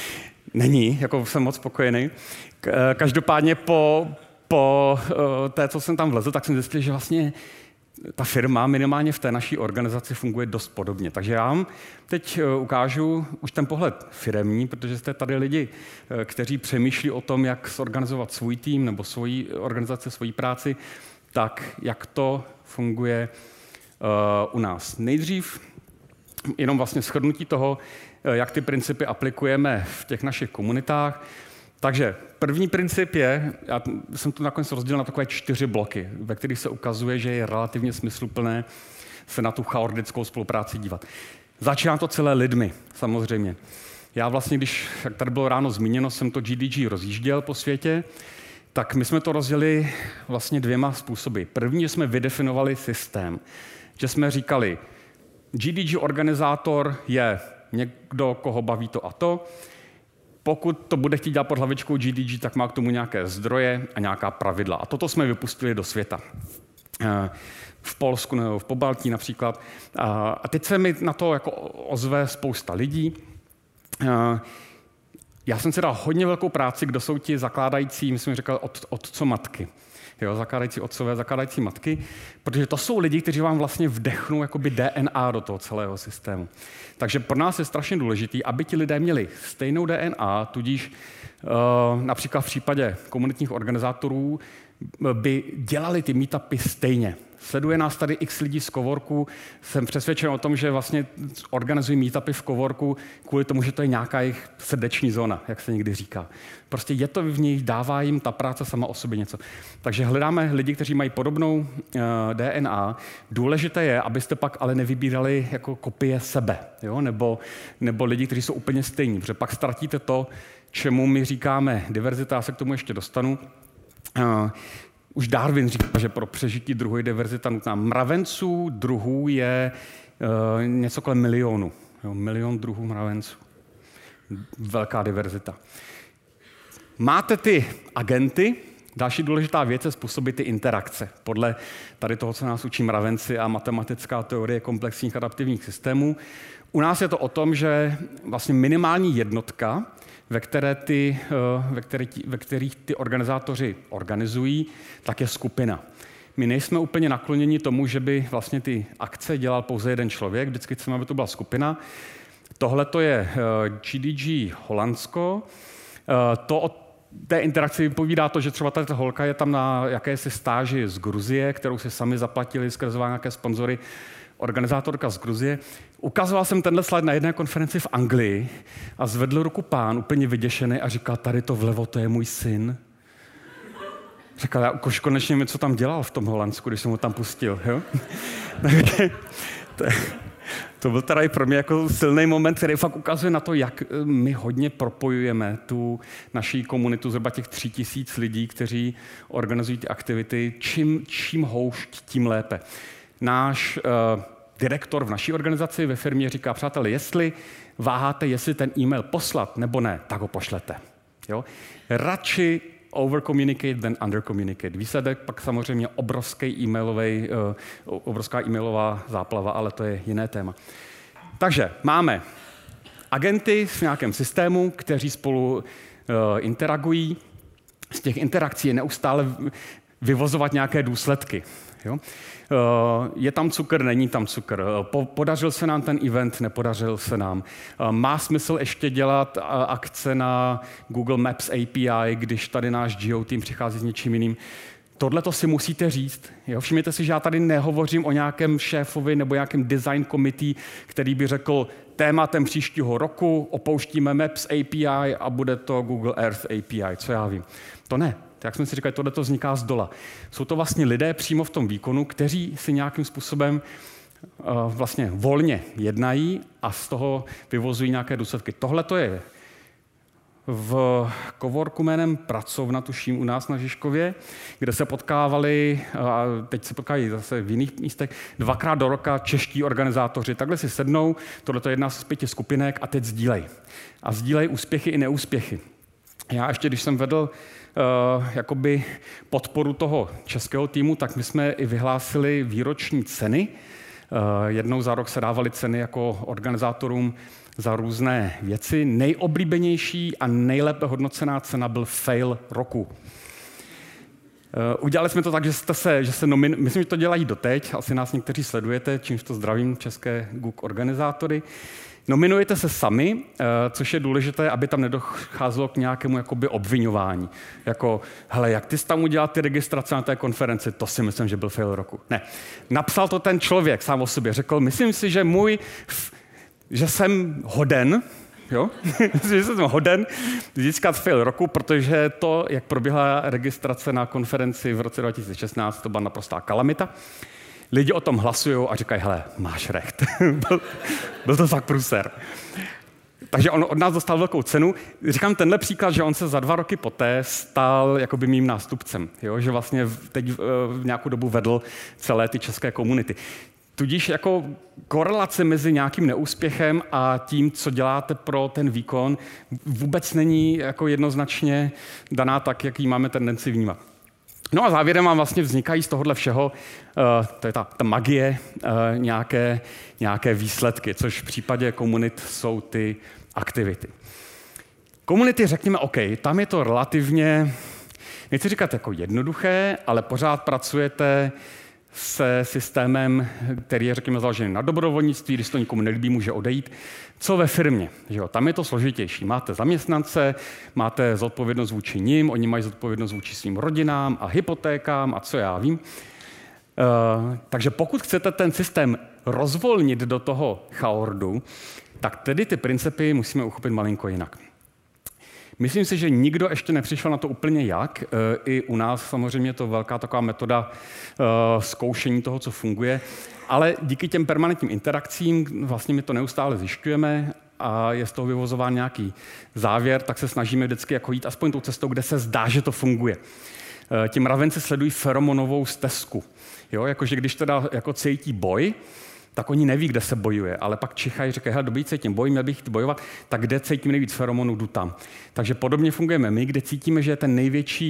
není, jako jsem moc spokojený. Každopádně po, po uh, té, co jsem tam vlezl, tak jsem zjistil, že vlastně ta firma minimálně v té naší organizaci funguje dost podobně. Takže já vám teď uh, ukážu už ten pohled firemní, protože jste tady lidi, uh, kteří přemýšlí o tom, jak zorganizovat svůj tým nebo svoji organizaci, svoji práci, tak jak to funguje uh, u nás. Nejdřív jenom vlastně shrnutí toho, jak ty principy aplikujeme v těch našich komunitách. Takže první princip je, já jsem to nakonec rozdělil na takové čtyři bloky, ve kterých se ukazuje, že je relativně smysluplné se na tu chaotickou spolupráci dívat. Začíná to celé lidmi, samozřejmě. Já vlastně, když, jak tady bylo ráno zmíněno, jsem to G D G rozjížděl po světě, tak my jsme to rozdělili vlastně dvěma způsoby. První, že jsme vydefinovali systém, že jsme říkali, G D G organizátor je někdo, koho baví to a to. Pokud to bude chtít dělat pod hlavičkou G D G, tak má k tomu nějaké zdroje a nějaká pravidla. A toto jsme vypustili do světa. V Polsku nebo v Pobaltí například. A teď se mi na to jako ozve spousta lidí. Já jsem si dal hodně velkou práci, kdo jsou ti zakládající, myslím, říkal, od, otco matky. Jo, zakládající otcové, zakládající matky, protože to jsou lidi, kteří vám vlastně vdechnou jakoby D N A do toho celého systému. Takže pro nás je strašně důležitý, aby ti lidé měli stejnou D N A, tudíž uh, například v případě komunitních organizátorů by dělali ty meetupy stejně. Sleduje nás tady x lidí z Coworku, jsem přesvědčen o tom, že vlastně organizují meetupy v Coworku kvůli tomu, že to je nějaká jejich srdeční zóna, jak se někdy říká. Prostě je to v nich, dává jim ta práce sama o sobě něco. Takže hledáme lidi, kteří mají podobnou uh, D N A. Důležité je, abyste pak ale nevybírali jako kopie sebe, jo? Nebo, nebo lidi, kteří jsou úplně stejní, protože pak ztratíte to, čemu my říkáme diverzita, já se k tomu ještě dostanu. Uh, Už Darwin říká, že pro přežití druhu je diverzita nutná. Mravenců druhů je uh, něco kolem milionu. Jo, milion druhů mravenců. Velká diverzita. Máte ty agenty, Další důležitá věc je způsobit ty interakce. Podle tady toho, co nás učí mravenci a matematická teorie komplexních adaptivních systémů. U nás je to o tom, že vlastně minimální jednotka, ve, které ty, ve, které, ve kterých ty organizátoři organizují, tak je skupina. My nejsme úplně nakloněni tomu, že by vlastně ty akce dělal pouze jeden člověk, vždycky chceme, aby to byla skupina. Tohle to je G D G Holandsko. To od té interakci vypovídá to, že třeba ta holka je tam na jakési stáži z Gruzie, kterou si sami zaplatili skrze nějaké sponzory, organizátorka z Gruzie. Ukazoval jsem tenhle slide na jedné konferenci v Anglii a zvedl ruku pán, úplně vyděšený a říkal, tady to vlevo, to je můj syn. Říkal, já už konečně mi, co tam dělal v tom Holandsku, když jsem ho tam pustil. Jo? To byl teda i pro mě jako silný moment, který fakt ukazuje na to, jak my hodně propojujeme tu naší komunitu, zhruba těch tři tisíc lidí, kteří organizují ty aktivity. Čím, čím houšť, tím lépe. Náš uh, direktor v naší organizaci ve firmě říká, přátelé, jestli váháte, jestli ten e-mail poslat nebo ne, tak ho pošlete. Jo? Radši over-communicate than under-communicate. Výsledek pak samozřejmě obrovský e-mailový, uh, obrovská e-mailová záplava, ale to je jiné téma. Takže máme agenty v nějakém systému, kteří spolu uh, interagují. Z těch interakcí je neustále vyvozovat nějaké důsledky. Jo? Je tam cukr, není tam cukr. Podařil se nám ten event, nepodařil se nám. Má smysl ještě dělat akce na Google Maps A P I, když tady náš Geo tým přichází s něčím jiným. Tohle to si musíte říct. Jo? Všimněte si, že já tady nehovořím o nějakém šéfovi nebo nějakém design committee, který by řekl, tématem příštího roku opouštíme Maps A P I a bude to Google Earth A P I, co já vím. To ne. Jak jsme si říkali, tohle to vzniká z dola. Jsou to vlastně lidé přímo v tom výkonu, kteří si nějakým způsobem uh, vlastně volně jednají a z toho vyvozují nějaké důsledky. Tohle to je v coworku jménem Pracovna, tuším u nás na Žižkově, kde se potkávali, a teď se potkávají zase v jiných místech, dvakrát do roka čeští organizátoři. Takhle si sednou, tohle je jedna z pěti skupinek a teď sdílej. A sdílej úspěchy i neúspěchy. Já ještě, když jsem vedl uh, jakoby podporu toho českého týmu, tak my jsme i vyhlásili výroční ceny. Uh, jednou za rok se dávaly ceny jako organizátorům za různé věci. Nejoblíbenější a nejlépe hodnocená cena byl fail roku. Uh, udělali jsme to tak, že, jste se, že se nomin... Myslím, že to dělají doteď, asi nás někteří sledujete, čímž to zdravím české G U K organizátory. Nominujete se sami, což je důležité, aby tam nedocházelo k nějakému jakoby obviňování. Jako, hele, jak ty jsi tam udělal ty registrace na té konferenci, to si myslím, že byl fail roku. Ne. Napsal to ten člověk sám o sobě. Řekl, myslím si, že můj, že jsem hoden, jo? že jsem hoden získat fail roku, protože to, jak proběhla registrace na konferenci v roce dva tisíce šestnáct, to byla naprostá kalamita. Lidi o tom hlasují a říkají, hele, máš recht. byl, byl to fakt průser. Takže on od nás dostal velkou cenu. Říkám tenhle příklad, že on se za dva roky poté stal jakoby mým nástupcem. Jo? Že vlastně teď v nějakou dobu vedl celé ty české komunity. Tudíž jako korelace mezi nějakým neúspěchem a tím, co děláte pro ten výkon, vůbec není jako jednoznačně daná tak, jak ji máme tendenci vnímat. No a závěrem vám vlastně vznikají z tohohle všeho, uh, to je ta, ta magie, uh, nějaké, nějaké výsledky, což v případě komunit jsou ty aktivity. Komunity, řekněme, OK, tam je to relativně, nechci říkat jako jednoduché, ale pořád pracujete se systémem, který je, řekněme, založený na dobrovolnictví, když to nikomu nelíbí, může odejít. Co ve firmě? Že jo? Tam je to složitější. Máte zaměstnance, máte zodpovědnost vůči nim, oni mají zodpovědnost vůči svým rodinám a hypotékám a co já vím. Uh, takže pokud chcete ten systém rozvolnit do toho chaordu, tak tedy ty principy musíme uchopit malinko jinak. Myslím si, že nikdo ještě nepřišel na to úplně jak. I u nás samozřejmě je to velká taková metoda zkoušení toho, co funguje, ale díky těm permanentním interakcím vlastně my to neustále zjišťujeme a je z toho vyvozován nějaký závěr, tak se snažíme vždycky jako jít aspoň tou cestou, kde se zdá, že to funguje. Ti mravenci sledují feromonovou stezku. Jo, jakože když teda jako cítí boj, tak oni neví, kde se bojuje, ale pak čichají, říkají, hele, dobrý, cítím boj, měl bych jít bojovat, tak kde cítím nejvíc feromonů, jdu tam. Takže podobně fungujeme my, kde cítíme, že je ten největší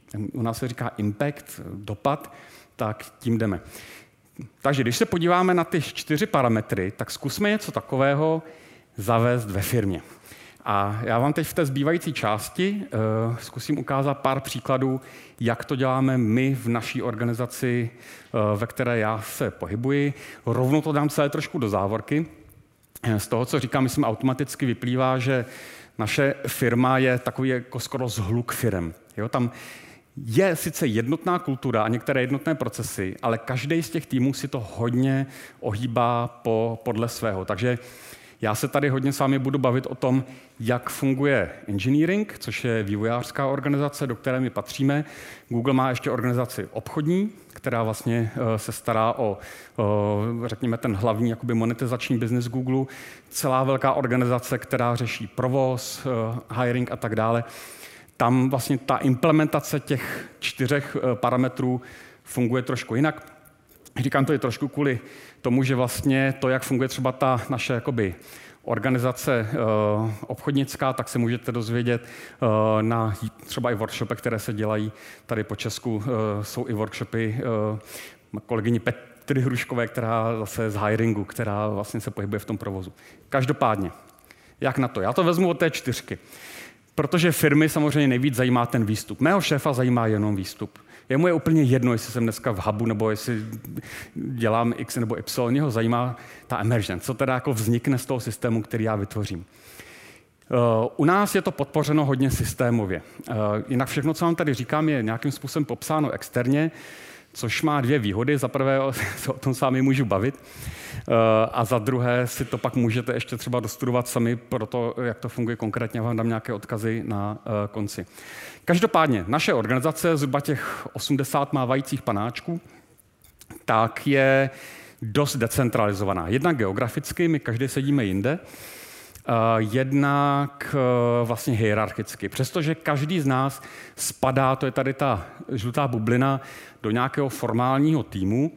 u nás se říká impact, dopad, tak tím jdeme. Takže když se podíváme na ty čtyři parametry, tak zkusme něco takového zavést ve firmě. A já vám teď v té zbývající části uh, zkusím ukázat pár příkladů, jak to děláme my v naší organizaci, uh, ve které já se pohybuji. Rovnou to dám celé trošku do závorky. Z toho, co říkám, myslím, automaticky vyplývá, že naše firma je takový jako skoro zhluk firem. Jo, tam je sice jednotná kultura a některé jednotné procesy, ale každý z těch týmů si to hodně ohýbá po, podle svého. Takže já se tady hodně s vámi budu bavit o tom, jak funguje engineering, což je vývojářská organizace, do které my patříme. Google má ještě organizaci obchodní, která vlastně se stará o, o řekněme, ten hlavní jakoby monetizační biznis Google. Celá velká organizace, která řeší provoz, hiring a tak dále. Tam vlastně ta implementace těch čtyřech parametrů funguje trošku jinak. Říkám to i trošku kvůli tomu, že vlastně to, jak funguje třeba ta naše jakoby organizace uh, obchodnická, tak se můžete dozvědět uh, na třeba i workshopy, které se dělají tady po Česku. Uh, jsou i workshopy uh, kolegyni Petry Hruškové, která zase z hiringu, která vlastně se pohybuje v tom provozu. Každopádně, jak na to? Já to vezmu od té čtyřky. Protože firmy samozřejmě nejvíc zajímá ten výstup. Mého šéfa zajímá jenom výstup. Jemu je úplně jedno, jestli jsem dneska v hubu, nebo jestli dělám X nebo Y. Něho zajímá ta emergence, co teda jako vznikne z toho systému, který já vytvořím. U nás je to podpořeno hodně systémově. Jinak všechno, co vám tady říkám, je nějakým způsobem popsáno externě, což má dvě výhody. Za prvé se o tom s vámi můžu bavit a za druhé si to pak můžete ještě třeba dostudovat sami pro to, jak to funguje konkrétně. Vám dám nějaké odkazy na konci. Každopádně naše organizace, zhruba těch osmdesát mávajících panáčků, tak je dost decentralizovaná. Jednak geograficky, my každý sedíme jinde, jednak vlastně hierarchicky. Přestože každý z nás spadá, to je tady ta žlutá bublina, do nějakého formálního týmu,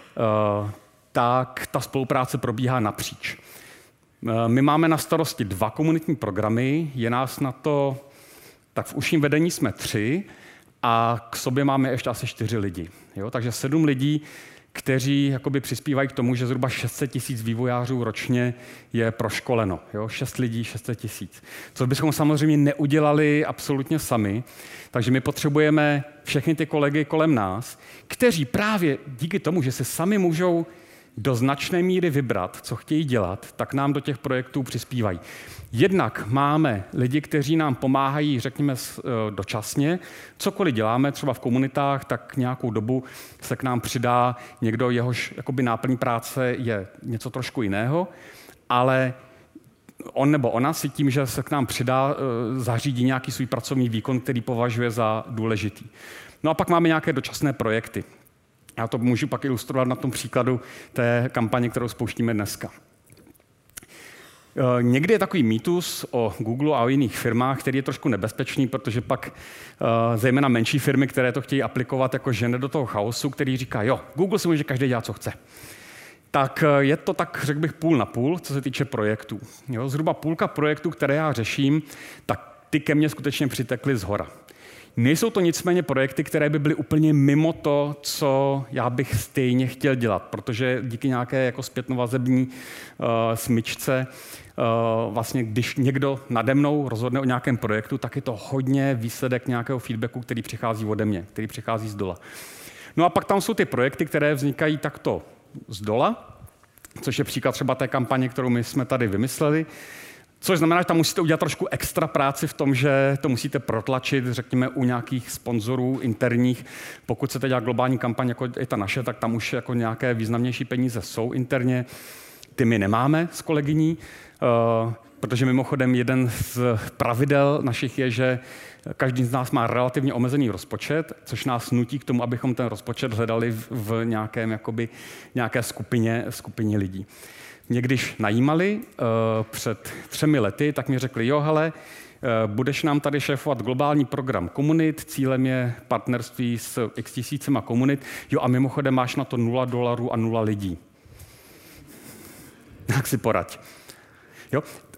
tak ta spolupráce probíhá napříč. My máme na starosti dva komunitní programy, je nás na to, tak v užším vedení jsme tři a k sobě máme ještě asi čtyři lidi. Jo? Takže sedm lidí, kteří jakoby přispívají k tomu, že zhruba šest set tisíc vývojářů ročně je proškoleno. Jo? Šest lidí, šest set tisíc. Co bychom samozřejmě neudělali absolutně sami, takže my potřebujeme všechny ty kolegy kolem nás, kteří právě díky tomu, že se sami můžou do značné míry vybrat, co chtějí dělat, tak nám do těch projektů přispívají. Jednak máme lidi, kteří nám pomáhají, řekněme, dočasně. Cokoliv děláme, třeba v komunitách, tak nějakou dobu se k nám přidá někdo, jehož jakoby náplň práce je něco trošku jiného, ale on nebo ona si tím, že se k nám přidá, zařídí nějaký svůj pracovní výkon, který považuje za důležitý. No a pak máme nějaké dočasné projekty. Já to můžu pak ilustrovat na tom příkladu té kampaně, kterou spouštíme dneska. Někdy je takový mýtus o Google a o jiných firmách, který je trošku nebezpečný, protože pak zejména menší firmy, které to chtějí aplikovat, jako žene do toho chaosu, který říká, jo, Google si může každý dělat, co chce. Tak je to tak, řekl bych, půl na půl, co se týče projektů. Jo, zhruba půlka projektů, které já řeším, tak ty ke mně skutečně přitekly zhora. Nejsou to nicméně projekty, které by byly úplně mimo to, co já bych stejně chtěl dělat, protože díky nějaké jako zpětnovazební uh, smyčce uh, vlastně, když někdo nade mnou rozhodne o nějakém projektu, tak je to hodně výsledek nějakého feedbacku, který přichází ode mě, který přichází z dola. No a pak tam jsou ty projekty, které vznikají takto z dola, což je příklad třeba té kampaně, kterou my jsme tady vymysleli. Což znamená, že tam musíte udělat trošku extra práci v tom, že to musíte protlačit, řekněme, u nějakých sponzorů interních. Pokud se teď dělá globální kampaň, jako je ta naše, tak tam už jako nějaké významnější peníze jsou interně. Ty my nemáme s kolegyní, protože mimochodem jeden z pravidel našich je, že každý z nás má relativně omezený rozpočet, což nás nutí k tomu, abychom ten rozpočet hledali v nějakém, jakoby, nějaké skupině, skupině lidí. Mě když najímali uh, před třemi lety, tak mi řekli, jo, hele, uh, budeš nám tady šéfovat globální program komunit, cílem je partnerství s x tisícema komunit, jo, a mimochodem máš na to nula dolarů a nula lidí. Tak si poraď. Jo?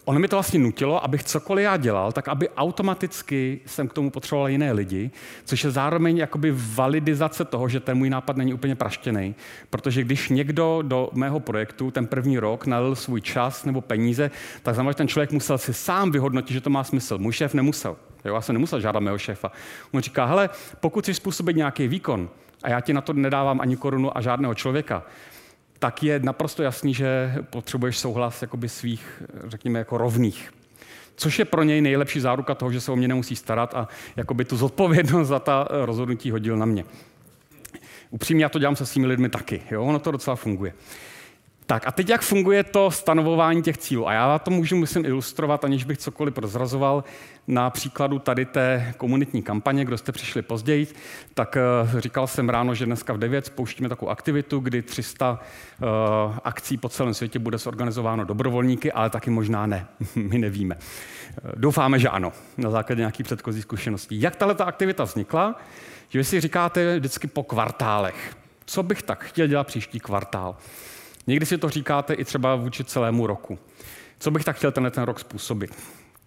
ono mi to vlastně nutilo, abych cokoliv já dělal, tak aby automaticky jsem k tomu potřeboval jiné lidi, což je zároveň jakoby validizace toho, že ten můj nápad není úplně praštěnej. Protože když někdo do mého projektu ten první rok nalil svůj čas nebo peníze, tak znamená, že ten člověk musel si sám vyhodnotit, že to má smysl. Můj šéf nemusel. Jo, já jsem nemusel žádat mého šéfa. On říká, hele, pokud chceš způsobit nějaký výkon a já ti na to nedávám ani korunu a žádného člověka, tak je naprosto jasný, že potřebuješ souhlas jakoby svých, řekněme, jako rovných. Což je pro něj nejlepší záruka toho, že se o mě nemusí starat a jakoby tu zodpovědnost za ta rozhodnutí hodil na mě. Upřímně já to dělám se svými lidmi taky, jo? Ono to docela funguje. Tak a teď jak funguje to stanovování těch cílů? A já to můžu, myslím, ilustrovat, aniž bych cokoliv prozrazoval, na příkladu tady té komunitní kampaně, kdo jste přišli později, tak uh, říkal jsem ráno, že dneska v devět spouštíme takovou aktivitu, kdy tři sta uh, akcí po celém světě bude zorganizováno dobrovolníky, ale taky možná ne, my nevíme. Uh, doufáme, že ano, na základě nějakých předchozích zkušeností. Jak tato aktivita vznikla? Že vy si říkáte vždycky po kvartálech. Co bych tak chtěl dělat příští kvartál? Někdy si to říkáte i třeba vůči celému roku. Co bych tak chtěl tenhle ten rok způsobit?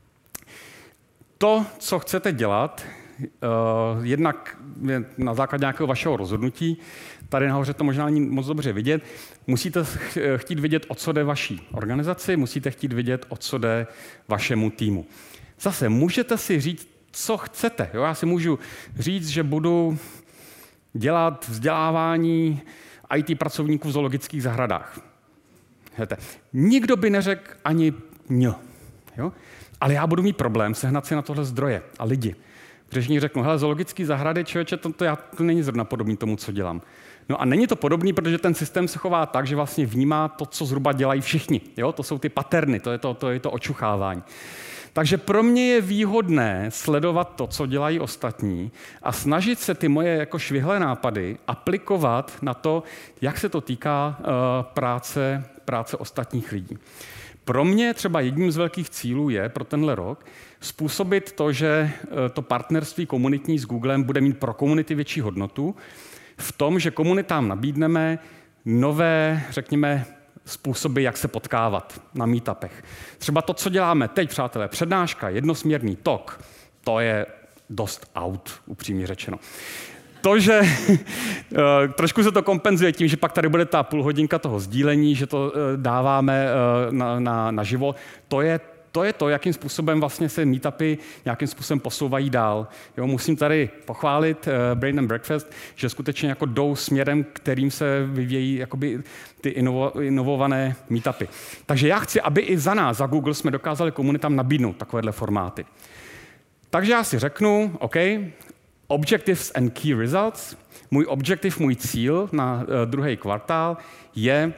To, co chcete dělat, uh, jednak na základě nějakého vašeho rozhodnutí, tady nahoře to možná není moc dobře vidět, musíte chtít vidět, o co jde vaší organizaci, musíte chtít vidět, o co jde vašemu týmu. Zase můžete si říct, co chcete. Jo? Já si můžu říct, že budu dělat vzdělávání í té pracovníků v zoologických zahradách. Hejte. Nikdo by neřekl ani ň. Jo? Ale já budu mít problém sehnat si na tohle zdroje a lidi. Protože ní řeknu, hele, zoologický zahrady, člověče, to, to, já, to není zrovna podobný tomu, co dělám. No a není to podobný, protože ten systém se chová tak, že vlastně vnímá to, co zhruba dělají všichni. Jo? To jsou ty paterny, to je to, to, je to očuchávání. Takže pro mě je výhodné sledovat to, co dělají ostatní a snažit se ty moje jako švihlé nápady aplikovat na to, jak se to týká uh, práce, práce ostatních lidí. Pro mě třeba jedním z velkých cílů je pro tenhle rok způsobit to, že to partnerství komunitní s Googlem bude mít pro komunity větší hodnotu v tom, že komunitám nabídneme nové, řekněme, způsoby, jak se potkávat na meetupech. Třeba to, co děláme teď, přátelé, přednáška, jednosměrný tok, to je dost out, upřímně řečeno. To, že trošku se to kompenzuje tím, že pak tady bude ta půl hodinka toho sdílení, že to dáváme na, na, na živo, to je To je to, jakým způsobem vlastně se meetupy nějakým způsobem posouvají dál. Jo, musím tady pochválit uh, Brain and Breakfast, že skutečně jako jdou směrem, kterým se vyvíjejí jakoby ty inovo, inovované meetupy. Takže já chci, aby i za nás, za Google, jsme dokázali komunitám nabídnout takovéhle formáty. Takže já si řeknu, OK, Objectives and Key Results. Můj objektiv, můj cíl na uh, druhý kvartál je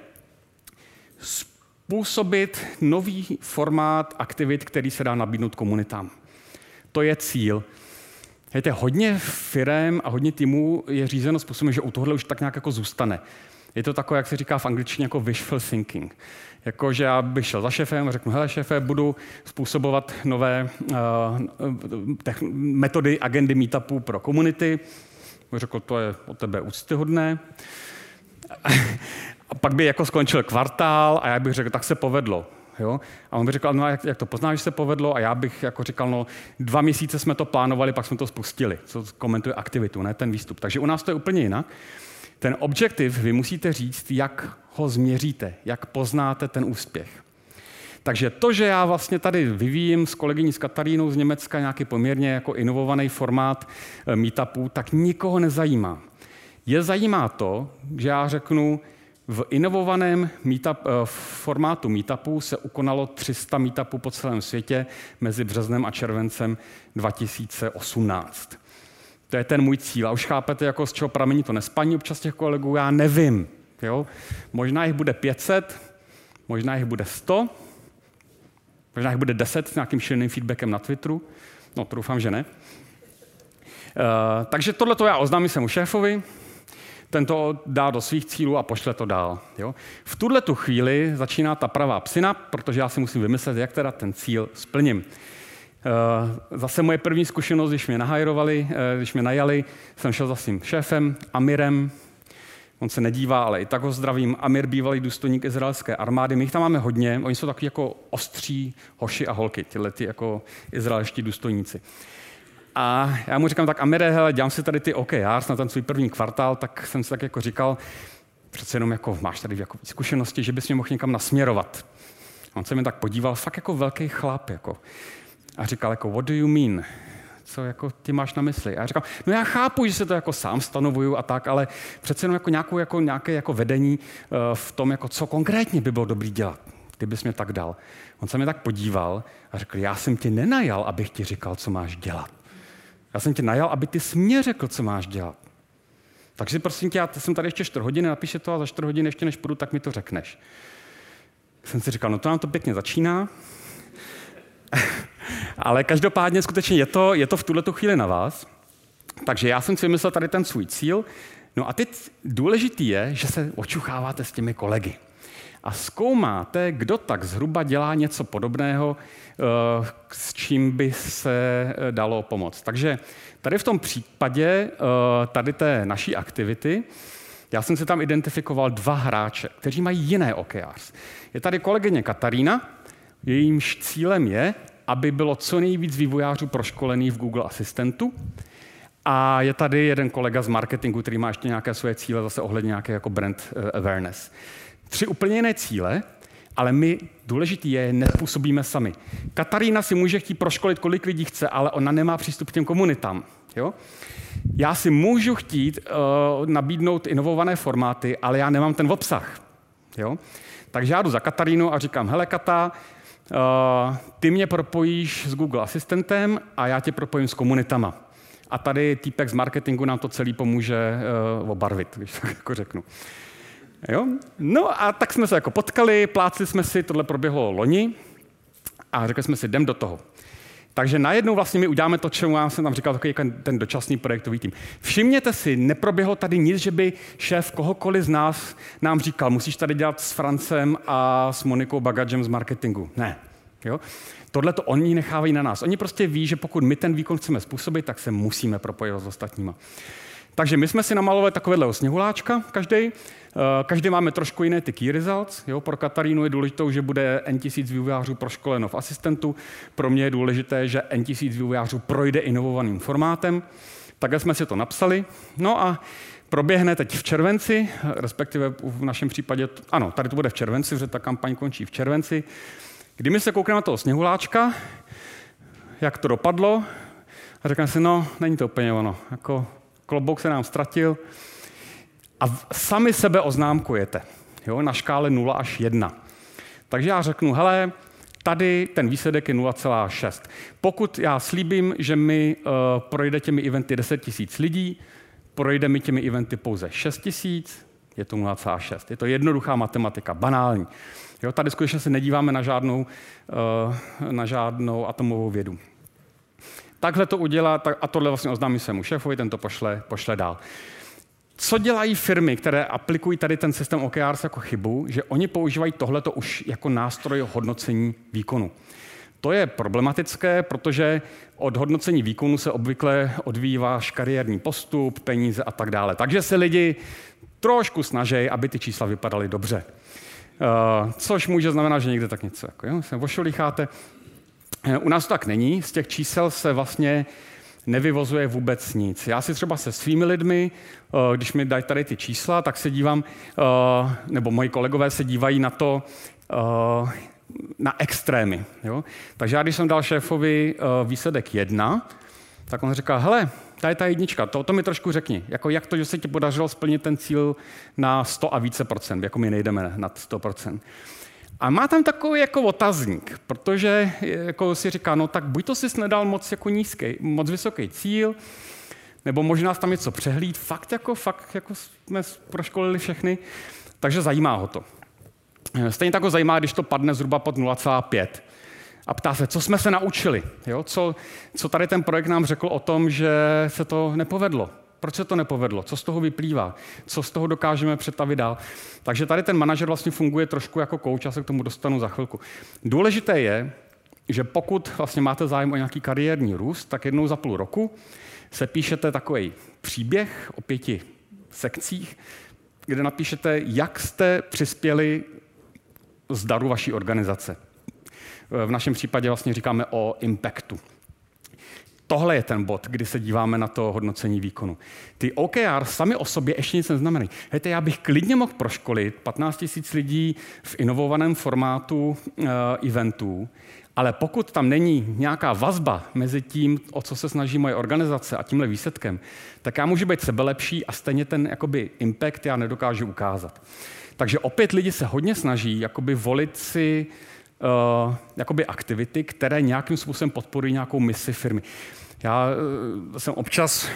způsobit nový formát aktivit, který se dá nabídnout komunitám. To je cíl. Hejte, hodně firem a hodně týmů je řízeno způsobem, že u tohohle už tak nějak jako zůstane. Je to takové, jak se říká v angličtině, jako wishful thinking. Jako, že já bych šel za šéfem a řeknu, hele šéfe, budu způsobovat nové uh, techn- metody, agendy meetupů pro komunity. Řekl, to je od tebe úctyhodné. A pak by jako skončil kvartál a já bych řekl, tak se povedlo. Jo? A on by řekl, no jak, jak to poznáš, že se povedlo? A já bych jako říkal, no dva měsíce jsme to plánovali, pak jsme to spustili. Co komentuje aktivitu, ne ten výstup. Takže u nás to je úplně jinak. Ten objektiv vy musíte říct, jak ho změříte, jak poznáte ten úspěch. Takže to, že já vlastně tady vyvíjím s kolegyní s Katarínou z Německa nějaký poměrně jako inovovaný formát meetupů, tak nikoho nezajímá. Je zajímá to, že já řeknu, v inovovaném meetup, formátu meetupů se ukonalo tři sta meetupů po celém světě mezi březnem a červencem dva tisíce osmnáct. To je ten můj cíl. A už chápete, jako z čeho pramení to nespaní občas těch kolegů, já nevím. Jo? Možná jich bude pět set, možná jich bude sto, možná jich bude deset s nějakým šilným feedbackem na Twitteru. No, to doufám, že ne. Uh, takže tohle to já oznámím svému šéfovi, ten to dá do svých cílů a pošle to dál. Jo? V tuhle tu chvíli začíná ta pravá psina, protože já si musím vymyslet, jak teda ten cíl splním. Zase moje první zkušenost, když mě nahajrovali, když mě najali, jsem šel za svým šéfem, Amirem, On se nedívá, ale i tak ho zdravím. Amir, bývalý důstojník izraelské armády. My jich tam máme hodně. Oni jsou takový jako ostří hoši a holky, tyhle ty jako izraelští důstojníci. A já mu říkám, tak Amire, hele, dělám si tady ty O K Rs na ten svůj první kvartál, tak jsem si tak jako říkal, přece jenom jako máš tady jako zkušenosti, že bys mě mohl někam nasměrovat. On se mi tak podíval, fakt jako velký chlap, jako. A říkal jako, what do you mean? Co jako ty máš na mysli? A já říkám, no já chápu, že se to jako sám stanovuju a tak, ale přece jenom jako nějakou, jako, nějaké jako vedení uh, v tom, jako co konkrétně by bylo dobrý dělat. Ty bys mě tak dal. On se mi tak podíval a řekl, já jsem tě nenajal, abych ti říkal, co máš dělat. Já jsem tě najal, aby ty jsi mě řekl, co máš dělat. Takže prosím tě, já jsem tady ještě čtyři hodiny, napíše to a za čtyři hodiny ještě než půjdu, tak mi to řekneš. Jsem si říkal, no to nám to pěkně začíná, ale každopádně skutečně je to, je to v tuhletu chvíli na vás. Takže já jsem si vymyslel tady ten svůj cíl. No a teď důležitý je, že se očucháváte s těmi kolegy. A zkoumáte, kdo tak zhruba dělá něco podobného, s čím by se dalo pomoct. Takže tady v tom případě tady té naší aktivity, já jsem si tam identifikoval dva hráče, kteří mají jiné O K Rs. Je tady kolegyně Katarína, jejímž cílem je, aby bylo co nejvíc vývojářů proškolených v Google Asistentu. A je tady jeden kolega z marketingu, který má ještě nějaké svoje cíle, zase ohledně nějaké jako brand awareness. Tři úplně jiné cíle, ale my, důležitý je, nepůsobíme sami. Katarína si může chtít proškolit, kolik lidí chce, ale ona nemá přístup k těm komunitám. Jo? Já si můžu chtít uh, nabídnout inovované formáty, ale já nemám ten obsah. Jo? Takže já jdu za Katarínu a říkám, hele Kata, uh, ty mě propojíš s Google Asistentem a já tě propojím s komunitama. A tady týpek z marketingu nám to celý pomůže uh, obarvit, když tak jako řeknu. Jo? No a tak jsme se jako potkali, plácli jsme si, tohle proběhlo loni a řekli jsme si, jdem do toho. Takže najednou vlastně my uděláme to, čemu já jsem tam říkal, takový ten dočasný projektový tým. Všimněte si, neproběhlo tady nic, že by šéf kohokoliv z nás nám říkal, musíš tady dělat s Francem a s Monikou Bagadžem z marketingu. Ne. Jo? Tohle to oni nechávají na nás. Oni prostě ví, že pokud my ten výkon chceme způsobit, tak se musíme propojit s ostatníma. Takže my jsme si namalovali takovéhle sněhuláčka, každý. Každý máme trošku jiné ty key results. Jo, pro Katarínu je důležité, že bude N tisíc vývojářů proškoleno v asistentu. Pro mě je důležité, že N tisíc vývojářů projde inovovaným formátem. Takhle jsme si to napsali. No a proběhne teď v červenci, respektive v našem případě, ano, tady to bude v červenci, protože ta kampaň končí v červenci. Kdy my se koukneme na toho sněhuláčka, jak to dopadlo, a řekneme si, no, není to úplně ono. Jako klobouk se nám ztratil. A sami sebe oznámkujete, jo, na škále nula až jedna. Takže já řeknu, hele, tady ten výsledek je nula celá šest. Pokud já slíbím, že mi uh, projde těmi eventy deset tisíc lidí, projde mi těmi eventy pouze šest tisíc, je to nula celá šest. Je to jednoduchá matematika, banální. Jo, tady skutečně se nedíváme na žádnou, uh, na žádnou atomovou vědu. Takhle to udělá, a tohle vlastně oznámí svému šéfovi, ten to pošle, pošle dál. Co dělají firmy, které aplikují tady ten systém O K Rs jako chybu, že oni používají tohleto už jako nástroj hodnocení výkonu. To je problematické, protože od hodnocení výkonu se obvykle odvíjí váš kariérní postup, peníze a tak dále. Takže se lidi trošku snaží, aby ty čísla vypadaly dobře. Uh, což může znamenat, že někde tak něco jako, jo, se ošolícháte. U nás to tak není, z těch čísel se vlastně nevyvozuje vůbec nic. Já si třeba se svými lidmi, když mi dají tady ty čísla, tak se dívám, nebo moji kolegové se dívají na to, na extrémy. Jo? Takže já, když jsem dal šéfovi výsledek jedna, tak on říkal, hele, tady je ta jednička, to, to mi trošku řekni. Jako jak to, že se ti podařilo splnit ten cíl na sto a více procent, jako my nejdeme nad sto procent. A má tam takový jako otazník, protože jako si říká, no tak buď to jsi nedal moc jako nízký, moc vysoký cíl, nebo možná tam něco přehlíd, fakt jako, fakt jako jsme proškolili všechny, takže zajímá ho to. Stejně tak ho zajímá, když to padne zhruba pod nula celá pět. A ptá se, co jsme se naučili, jo? Co, co tady ten projekt nám řekl o tom, že se to nepovedlo. Proč se to nepovedlo? Co z toho vyplývá? Co z toho dokážeme přetavit dál? Takže tady ten manažer vlastně funguje trošku jako coach, já se k tomu dostanu za chvilku. Důležité je, že pokud vlastně máte zájem o nějaký kariérní růst, tak jednou za půl roku se píšete takový příběh o pěti sekcích, kde napíšete, jak jste přispěli zdaru vaší organizace. V našem případě vlastně říkáme o impactu. Tohle je ten bod, kdy se díváme na to hodnocení výkonu. Ty O K R sami o sobě ještě nic neznamenají. Hejte, já bych klidně mohl proškolit patnáct tisíc lidí v inovovaném formátu uh, eventů, ale pokud tam není nějaká vazba mezi tím, o co se snaží moje organizace a tímhle výsledkem, tak já můžu být sebelepší a stejně ten jakoby, impact já nedokážu ukázat. Takže opět lidi se hodně snaží jakoby, volit si uh, jakoby, aktivity, které nějakým způsobem podporují nějakou misi firmy. Já uh, jsem občas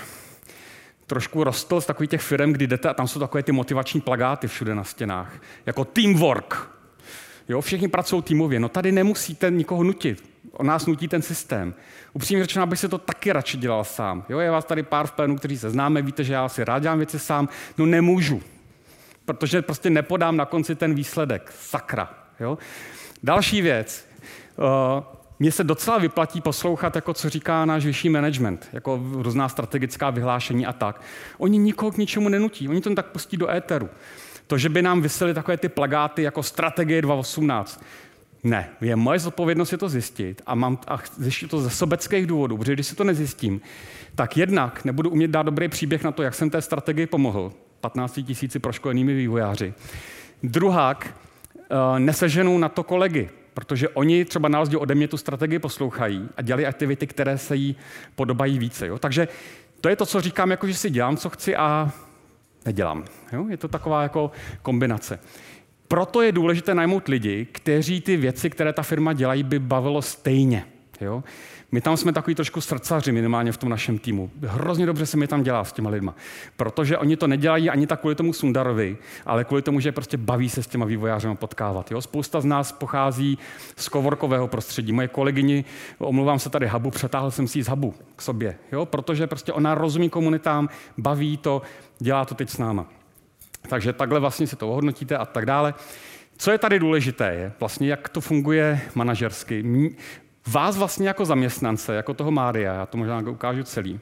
trošku rostl z takových těch firm, kdy jdete a tam jsou takové ty motivační plakáty všude na stěnách. Jako teamwork. Jo, všichni pracují týmově. No tady nemusíte nikoho nutit. O nás nutí ten systém. Upřímně řečeno, abych si to taky radši dělal sám. Jo, je vás tady pár v plénu, kteří se známe, víte, že já si rád dělám věci sám. No nemůžu. Protože prostě nepodám na konci ten výsledek. Sakra. Jo? Další věc. Uh, Mně se docela vyplatí poslouchat, jako co říká náš vyšší management, jako různá strategická vyhlášení a tak. Oni nikoho k ničemu nenutí, oni to tak pustí do éteru. To, že by nám visely takové ty plakáty jako strategie dva tisíce osmnáct. Ne, je moje zodpovědnost je to zjistit a mám a zjistit to ze sobeckých důvodů, protože když si to nezjistím, tak jednak nebudu umět dát dobrý příběh na to, jak jsem té strategii pomohl, patnácti tisíci proškolenými vývojáři. Druhák, neseženou na to kolegy, protože oni třeba na rozdíl ode mě tu strategii poslouchají a dělají aktivity, které se jí podobají více. Jo? Takže to je to, co říkám, jako že si dělám, co chci a nedělám. Jo? Je to taková jako kombinace. Proto je důležité najmout lidi, kteří ty věci, které ta firma dělají, by bavilo stejně. Jo? My tam jsme takový trošku srdcaři minimálně v tom našem týmu. Hrozně dobře se mi tam dělá s těma lidma, protože oni to nedělají ani tak kvůli tomu Sundarovi, ale kvůli tomu, že prostě baví se s těma vývojáři potkávat. Jo? Spousta z nás pochází z coworkového prostředí. Moje kolegyni, omlouvám se tady Hubu, přetáhl jsem si ji z Hubu k sobě, jo? Protože prostě ona rozumí komunitám, baví to, dělá to teď s náma. Takže takhle vlastně si to ohodnotíte a tak dále. Co je tady důležité, je vlastně, jak to funguje manažersky. Vás vlastně jako zaměstnance, jako toho Mária, já to možná ukážu celý,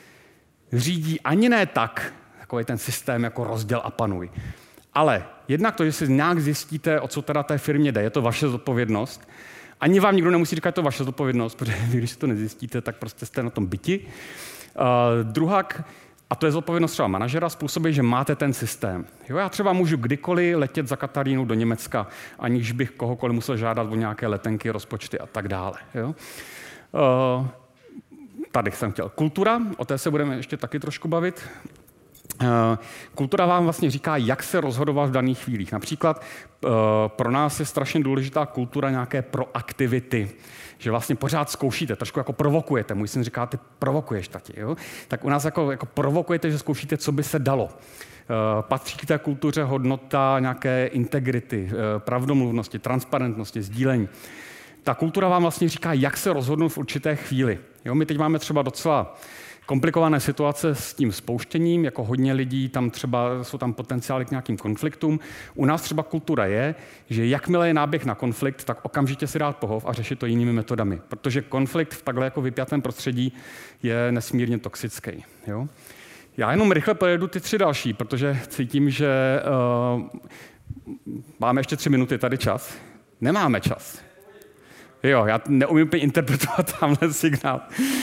řídí ani ne tak, takový ten systém jako rozděl a panuj. Ale jednak to, že si nějak zjistíte, o co teda té firmě jde, je to vaše zodpovědnost. Ani vám nikdo nemusí říkat, že to je vaše zodpovědnost, protože když si to nezjistíte, tak prostě jste na tom byti. Uh, druhák, a to je zodpovědnost třeba manažera, způsobí, že máte ten systém. Jo, já třeba můžu kdykoliv letět za Katarínou do Německa, aniž bych kohokoliv musel žádat o nějaké letenky, rozpočty a tak dále. Jo. Uh, tady jsem chtěl. Kultura, o té se budeme ještě taky trošku bavit. Uh, kultura vám vlastně říká, jak se rozhodovat v daných chvílích. Například uh, pro nás je strašně důležitá kultura nějaké proaktivity, že vlastně pořád zkoušíte, trošku jako provokujete. Můj syn říká, ty provokuješ, tati. Jo? Tak u nás jako, jako provokujete, že zkoušíte, co by se dalo. Uh, patří k té kultuře hodnota nějaké integrity, uh, pravdomluvnosti, transparentnosti, sdílení. Ta kultura vám vlastně říká, jak se rozhodnout v určité chvíli. Jo? My teď máme třeba docela komplikované situace s tím spouštěním, jako hodně lidí, tam třeba jsou tam potenciály k nějakým konfliktům. U nás třeba kultura je, že jakmile je náběh na konflikt, tak okamžitě si dát pohov a řešit to jinými metodami. Protože konflikt v takhle jako vypjatém prostředí je nesmírně toxický. Jo? Já jenom rychle pojedu ty tři další, protože cítím, že uh, máme ještě tři minuty tady čas. Nemáme čas. Jo, já neumím úplně interpretovat tamhle signál.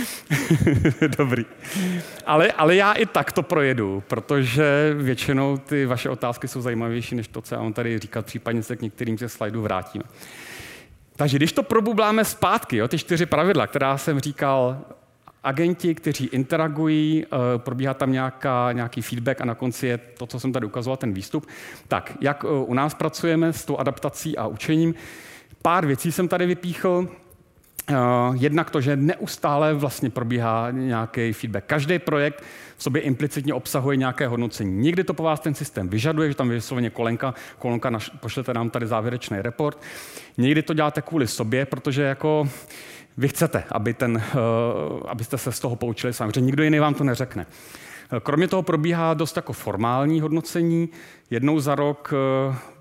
Dobrý. Ale, ale já i tak to projedu, protože většinou ty vaše otázky jsou zajímavější, než to, co já mám tady říkat, případně se k některým těch slajdů vrátíme. Takže když to probubláme zpátky, jo, ty čtyři pravidla, která jsem říkal, agenti, kteří interagují, probíhá tam nějaká, nějaký feedback a na konci je to, co jsem tady ukazoval, ten výstup. Tak, jak u nás pracujeme s tou adaptací a učením, pár věcí jsem tady vypíchl. Jednak to, že neustále vlastně probíhá nějaký feedback. Každý projekt v sobě implicitně obsahuje nějaké hodnocení. Někdy to po vás ten systém vyžaduje, že tam je vysloveně kolenka, kolonka, naš, pošlete nám tady závěrečný report. Někdy to děláte kvůli sobě, protože jako vy chcete, aby ten, uh, abyste se z toho poučili sami, protože nikdo jiný vám to neřekne. Kromě toho probíhá dost jako formální hodnocení. Jednou za rok uh,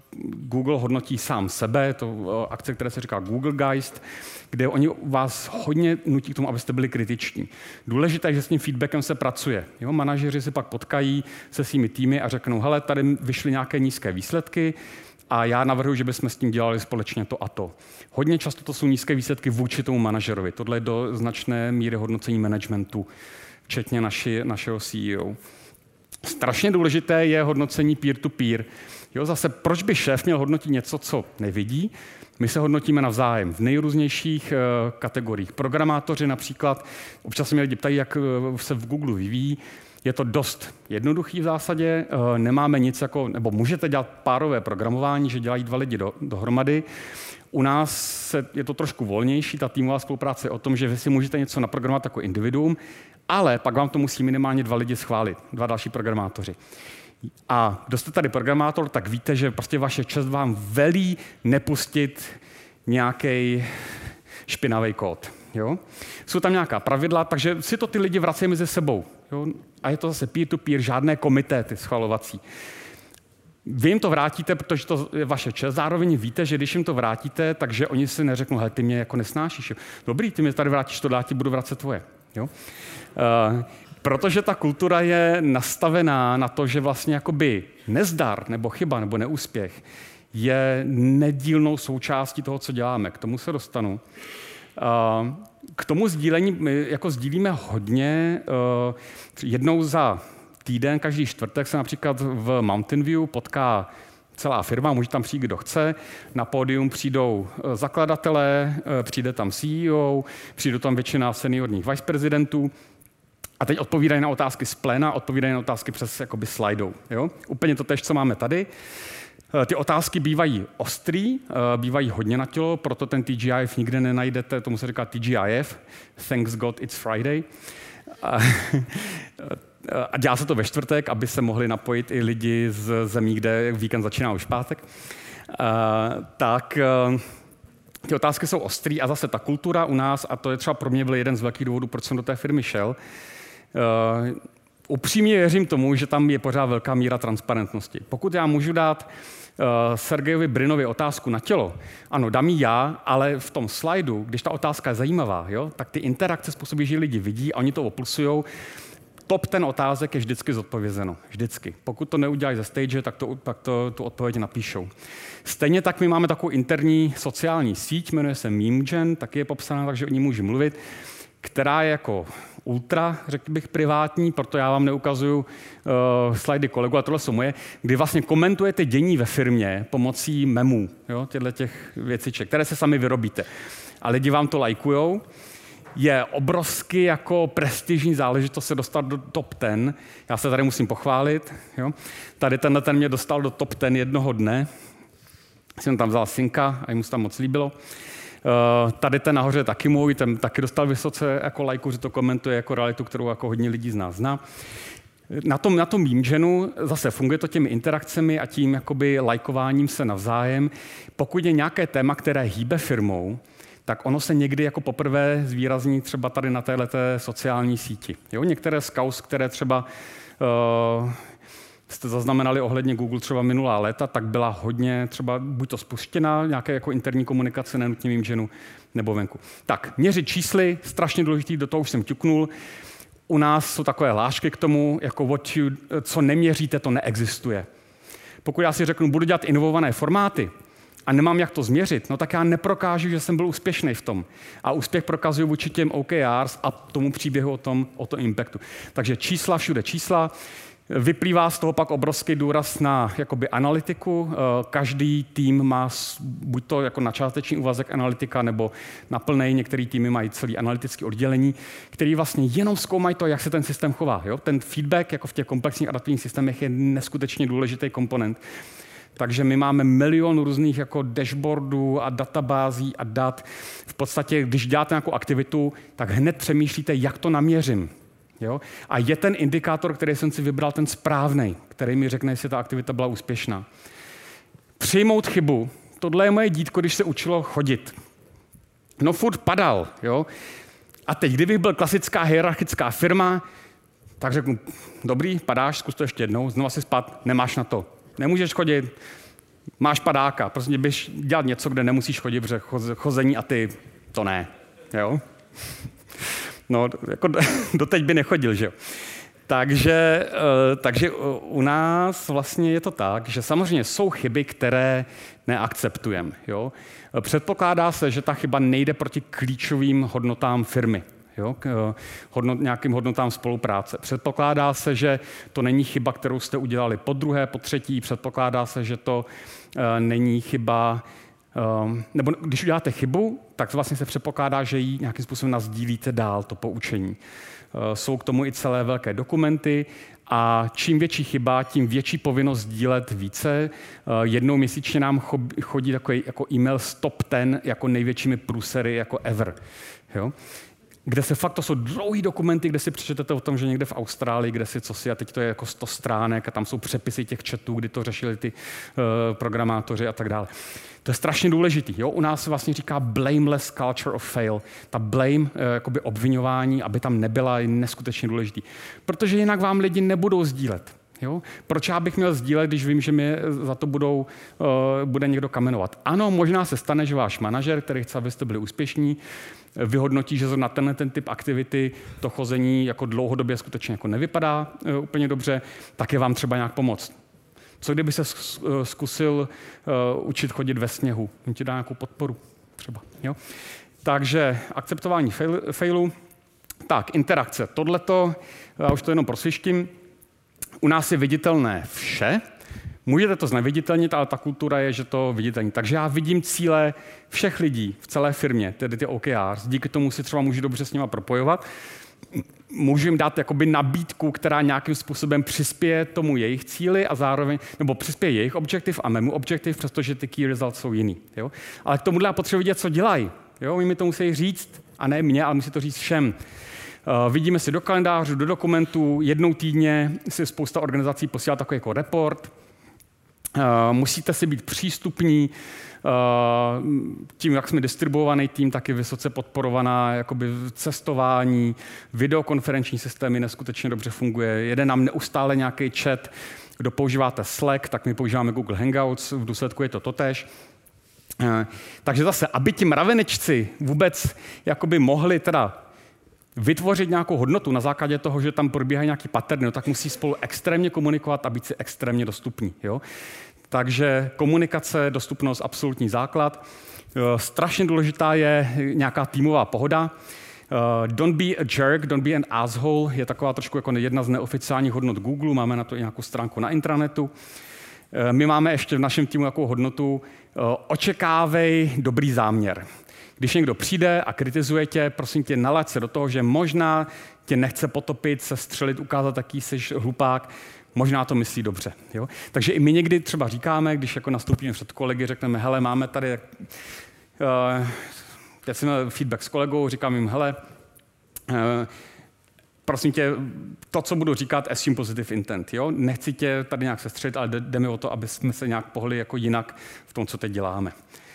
Google hodnotí sám sebe, je to akce, která se říká Google Geist, kde oni vás hodně nutí k tomu, abyste byli kritiční. Důležité je, že s tím feedbackem se pracuje. Jo? Manažeři se pak potkají se svými týmy a řeknou, hele, tady vyšly nějaké nízké výsledky a já navrhuji, že bychom s tím dělali společně to a to. Hodně často to jsou nízké výsledky vůči tomu manažerovi. Tohle je do značné míry hodnocení managementu, včetně naši, našeho C E O. Strašně důležité je hodnocení peer-to-peer. Jo, zase, proč by šéf měl hodnotit něco, co nevidí? My se hodnotíme navzájem v nejrůznějších uh, kategoriích. Programátoři například, občas se mě lidi ptají, jak uh, se v Google vyvíjí. Je to dost jednoduchý v zásadě, uh, nemáme nic jako, nebo můžete dělat párové programování, že dělají dva lidi do, dohromady. U nás se, je to trošku volnější, ta týmová spolupráce je o tom, že vy si můžete něco naprogramovat jako individuum, ale pak vám to musí minimálně dva lidi schválit, dva další programátoři. A kdo jste tady programátor, tak víte, že prostě vaše čest vám velí nepustit nějaký špinavý kód. Jo? Jsou tam nějaká pravidla, takže si to ty lidi vracejí mezi sebou. Jo? A je to zase peer-to-peer, žádné komité, ty schvalovací. Vy jim to vrátíte, protože to je vaše čest. Zároveň víte, že když jim to vrátíte, takže oni si neřeknou, hele, ty mě jako nesnášíš. Jo? Dobrý, ty mě tady vrátíš, to já ti budu vracet tvoje. Jo? Uh, Protože ta kultura je nastavená na to, že vlastně jakoby nezdar, nebo chyba, nebo neúspěch je nedílnou součástí toho, co děláme. K tomu se dostanu. K tomu sdílení, my jako sdílíme hodně. Jednou za týden, každý čtvrtek se například v Mountain View potká celá firma, může tam přijít, kdo chce. Na pódium přijdou zakladatelé, přijde tam C E O, přijde tam většina seniorních viceprezidentů. A teď odpovídají na otázky z pléna, odpovídají na otázky přes jakoby slidou. Jo? Úplně to tež, co máme tady. Ty otázky bývají ostrý, bývají hodně na tělo, proto ten T G I F nikde nenajdete, tomu se říká T G I F, Thanks God It's Friday. A dělá se to ve čtvrtek, aby se mohli napojit i lidi z zemí, kde víkend začíná už pátek. Tak ty otázky jsou ostrý a zase ta kultura u nás, a to je třeba pro mě byl jeden z velkých důvodů, proč jsem do té firmy šel, Uh, upřímně věřím tomu, že tam je pořád velká míra transparentnosti. Pokud já můžu dát uh, Sergejovi Brinovi otázku na tělo, ano, dám ji já, ale v tom slajdu, když ta otázka je zajímavá, jo, tak ty interakce způsobí, že lidi vidí a oni to oplusujou. Top ten otázek je vždycky zodpovězeno. Vždycky. Pokud to neudělají ze stage, tak, to, tak to, tu odpověď napíšou. Stejně tak my máme takovou interní sociální síť, jmenuje se MemeGen, taky je popsaná, takže o ní můžu mluvit, která je jako ultra, řekl bych, privátní, proto já vám neukazuju uh, slajdy kolegů, a tohle jsou moje, kdy vlastně komentujete dění ve firmě pomocí memů, jo, těchto těch věciček, které se sami vyrobíte. A lidi vám to lajkujou. Je obrovsky jako prestižní záležitost se dostat do top deset. Já se tady musím pochválit. Jo. Tady tenhle ten mě dostal do top deset jednoho dne. Jsem tam vzal synka a jemu se tam moc líbilo. Uh, tady ten nahoře taky můj, ten taky dostal vysoce jako lajku, že to komentuje jako realitu, kterou jako hodně lidí z nás zná. Na tom, na tom MemeGenu zase funguje to těmi interakcemi a tím jakoby lajkováním se navzájem. Pokud je nějaké téma, které hýbe firmou, tak ono se někdy jako poprvé zvýrazní třeba tady na téhleté sociální síti. Jo? Některé z kauz, které třeba uh, jste zaznamenali ohledně Google třeba minulá léta, tak byla hodně třeba buď to spuštěná, nějaké jako interní komunikace, nenutně MemeGenu, nebo venku. Tak, měřit čísly, strašně důležitý, do toho už jsem ťuknul. U nás jsou takové hlášky k tomu, jako what you, co neměříte, to neexistuje. Pokud já si řeknu, budu dělat inovované formáty a nemám jak to změřit, no tak já neprokážu, že jsem byl úspěšný v tom. A úspěch prokazuju vůči těm O K Rs a tomu příběhu o tom, o tom impactu. Takže čísla, všude čísla. Vyplývá z toho pak obrovský důraz na jakoby analytiku. Každý tým má buď to jako na částečný úvazek analytika, nebo na plnej. Některý týmy mají celý analytický oddělení, který vlastně jenom zkoumají to, jak se ten systém chová. Jo? Ten feedback jako v těch komplexních adaptivních systémech je neskutečně důležitý komponent. Takže my máme milion různých jako dashboardů a databází a dat. V podstatě, když děláte nějakou aktivitu, tak hned přemýšlíte, jak to naměřím. Jo? A je ten indikátor, který jsem si vybral, ten správnej, který mi řekne, jestli ta aktivita byla úspěšná. Přijmout chybu. Tohle je moje dítko, když se učilo chodit. No furt padal. Jo? A teď, kdybych byl klasická hierarchická firma, tak řeknu, dobrý, padáš, zkus to ještě jednou, znova si spát, nemáš na to. Nemůžeš chodit, máš padáka, prostě běž dělat něco, kde nemusíš chodit, protože chození a ty to ne, jo? No, jako doteď by nechodil, že jo? Takže, takže u nás vlastně je to tak, že samozřejmě jsou chyby, které neakceptujeme. Jo? Předpokládá se, že ta chyba nejde proti klíčovým hodnotám firmy, jo? K hodnot, nějakým hodnotám spolupráce. Předpokládá se, že to není chyba, kterou jste udělali po druhé, po třetí. Předpokládá se, že to uh, není chyba, um, nebo když uděláte chybu, tak vlastně se předpokládá, že ji nějakým způsobem nasdílíte dál, to poučení. Jsou k tomu i celé velké dokumenty a čím větší chyba, tím větší povinnost sdílet více. Jednou měsíčně nám chodí takový jako e-mail z top ten jako největšími průsery jako ever. Jo? Kde se fakt, to jsou dlouhý dokumenty, kde si přečtete o tom, že někde v Austrálii, kde si co si, a teď to je jako sto stránek a tam jsou přepisy těch chatů, kdy to řešili ty uh, programátoři a tak dále. To je strašně důležitý. Jo? U nás se vlastně říká blameless culture of fail. Ta blame, uh, jakoby obviňování, aby tam nebyla, je neskutečně důležitý. Protože jinak vám lidi nebudou sdílet. Jo? Proč já bych měl sdílet, když vím, že mi za to budou, uh, bude někdo kamenovat? Ano, možná se stane, že váš manažer, který chce, abyste byli úspěšní, vyhodnotí, že na tenhle ten typ aktivity to chození jako dlouhodobě skutečně jako nevypadá uh, úplně dobře, tak je vám třeba nějak pomoct. Co kdyby se zkusil uh, učit chodit ve sněhu? On ti dá nějakou podporu třeba. Jo? Takže akceptování fail, failu. Tak, interakce. Tohleto, já už to jenom prosvištím. U nás je viditelné vše. Můžete to zneviditelnit, ale ta kultura je, že to viditelní. Takže já vidím cíle všech lidí v celé firmě, tedy ty O K Rs. Díky tomu si třeba můžu dobře s nima propojovat. Můžu jim dát jakoby nabídku, která nějakým způsobem přispěje tomu jejich cíli a zároveň, nebo přispěje jejich objektiv a mému objektiv, přestože ty key results jsou jiný. Jo? Ale k tomuhle já potřebuji vidět, co dělají. Jo? Oni mi to musí říct, a ne mě, ale musí to říct všem. Uh, vidíme si do kalendářů, do dokumentů, jednou týdně si spousta organizací posílá takový jako report. Uh, musíte si být přístupní, uh, tím, jak jsme distribuovaný tým, taky vysoce podporovaná jakoby cestování, videokonferenční systémy neskutečně dobře funguje, jede nám neustále nějaký chat, kdo používáte Slack, tak my používáme Google Hangouts, v důsledku je to totéž. Uh, takže zase, aby ti mravenečci vůbec jakoby mohli teda vytvořit nějakou hodnotu na základě toho, že tam probíhají nějaký paterny, no, tak musí spolu extrémně komunikovat a být si extrémně dostupní. Jo? Takže komunikace, dostupnost, absolutní základ. Strašně důležitá je nějaká týmová pohoda. Don't be a jerk, don't be an asshole je taková trošku jako jedna z neoficiálních hodnot Google, máme na to i nějakou stránku na intranetu. My máme ještě v našem týmu nějakou hodnotu očekávej dobrý záměr. Když někdo přijde a kritizuje tě, prosím tě, nalaď se do toho, že možná tě nechce potopit, se střelit, ukázat, jaký jsi hlupák, možná to myslí dobře. Jo? Takže i my někdy třeba říkáme, když jako nastoupíme před kolegy, řekneme, hele, máme tady, uh, teď jsem měl feedback s kolegou, říkám jim, hele, uh, prosím tě, to, co budu říkat, assume positive intent. Jo? Nechci tě tady nějak sestřelit, ale jde mi o to, aby jsme se nějak pohli jako jinak v tom, co teď děláme.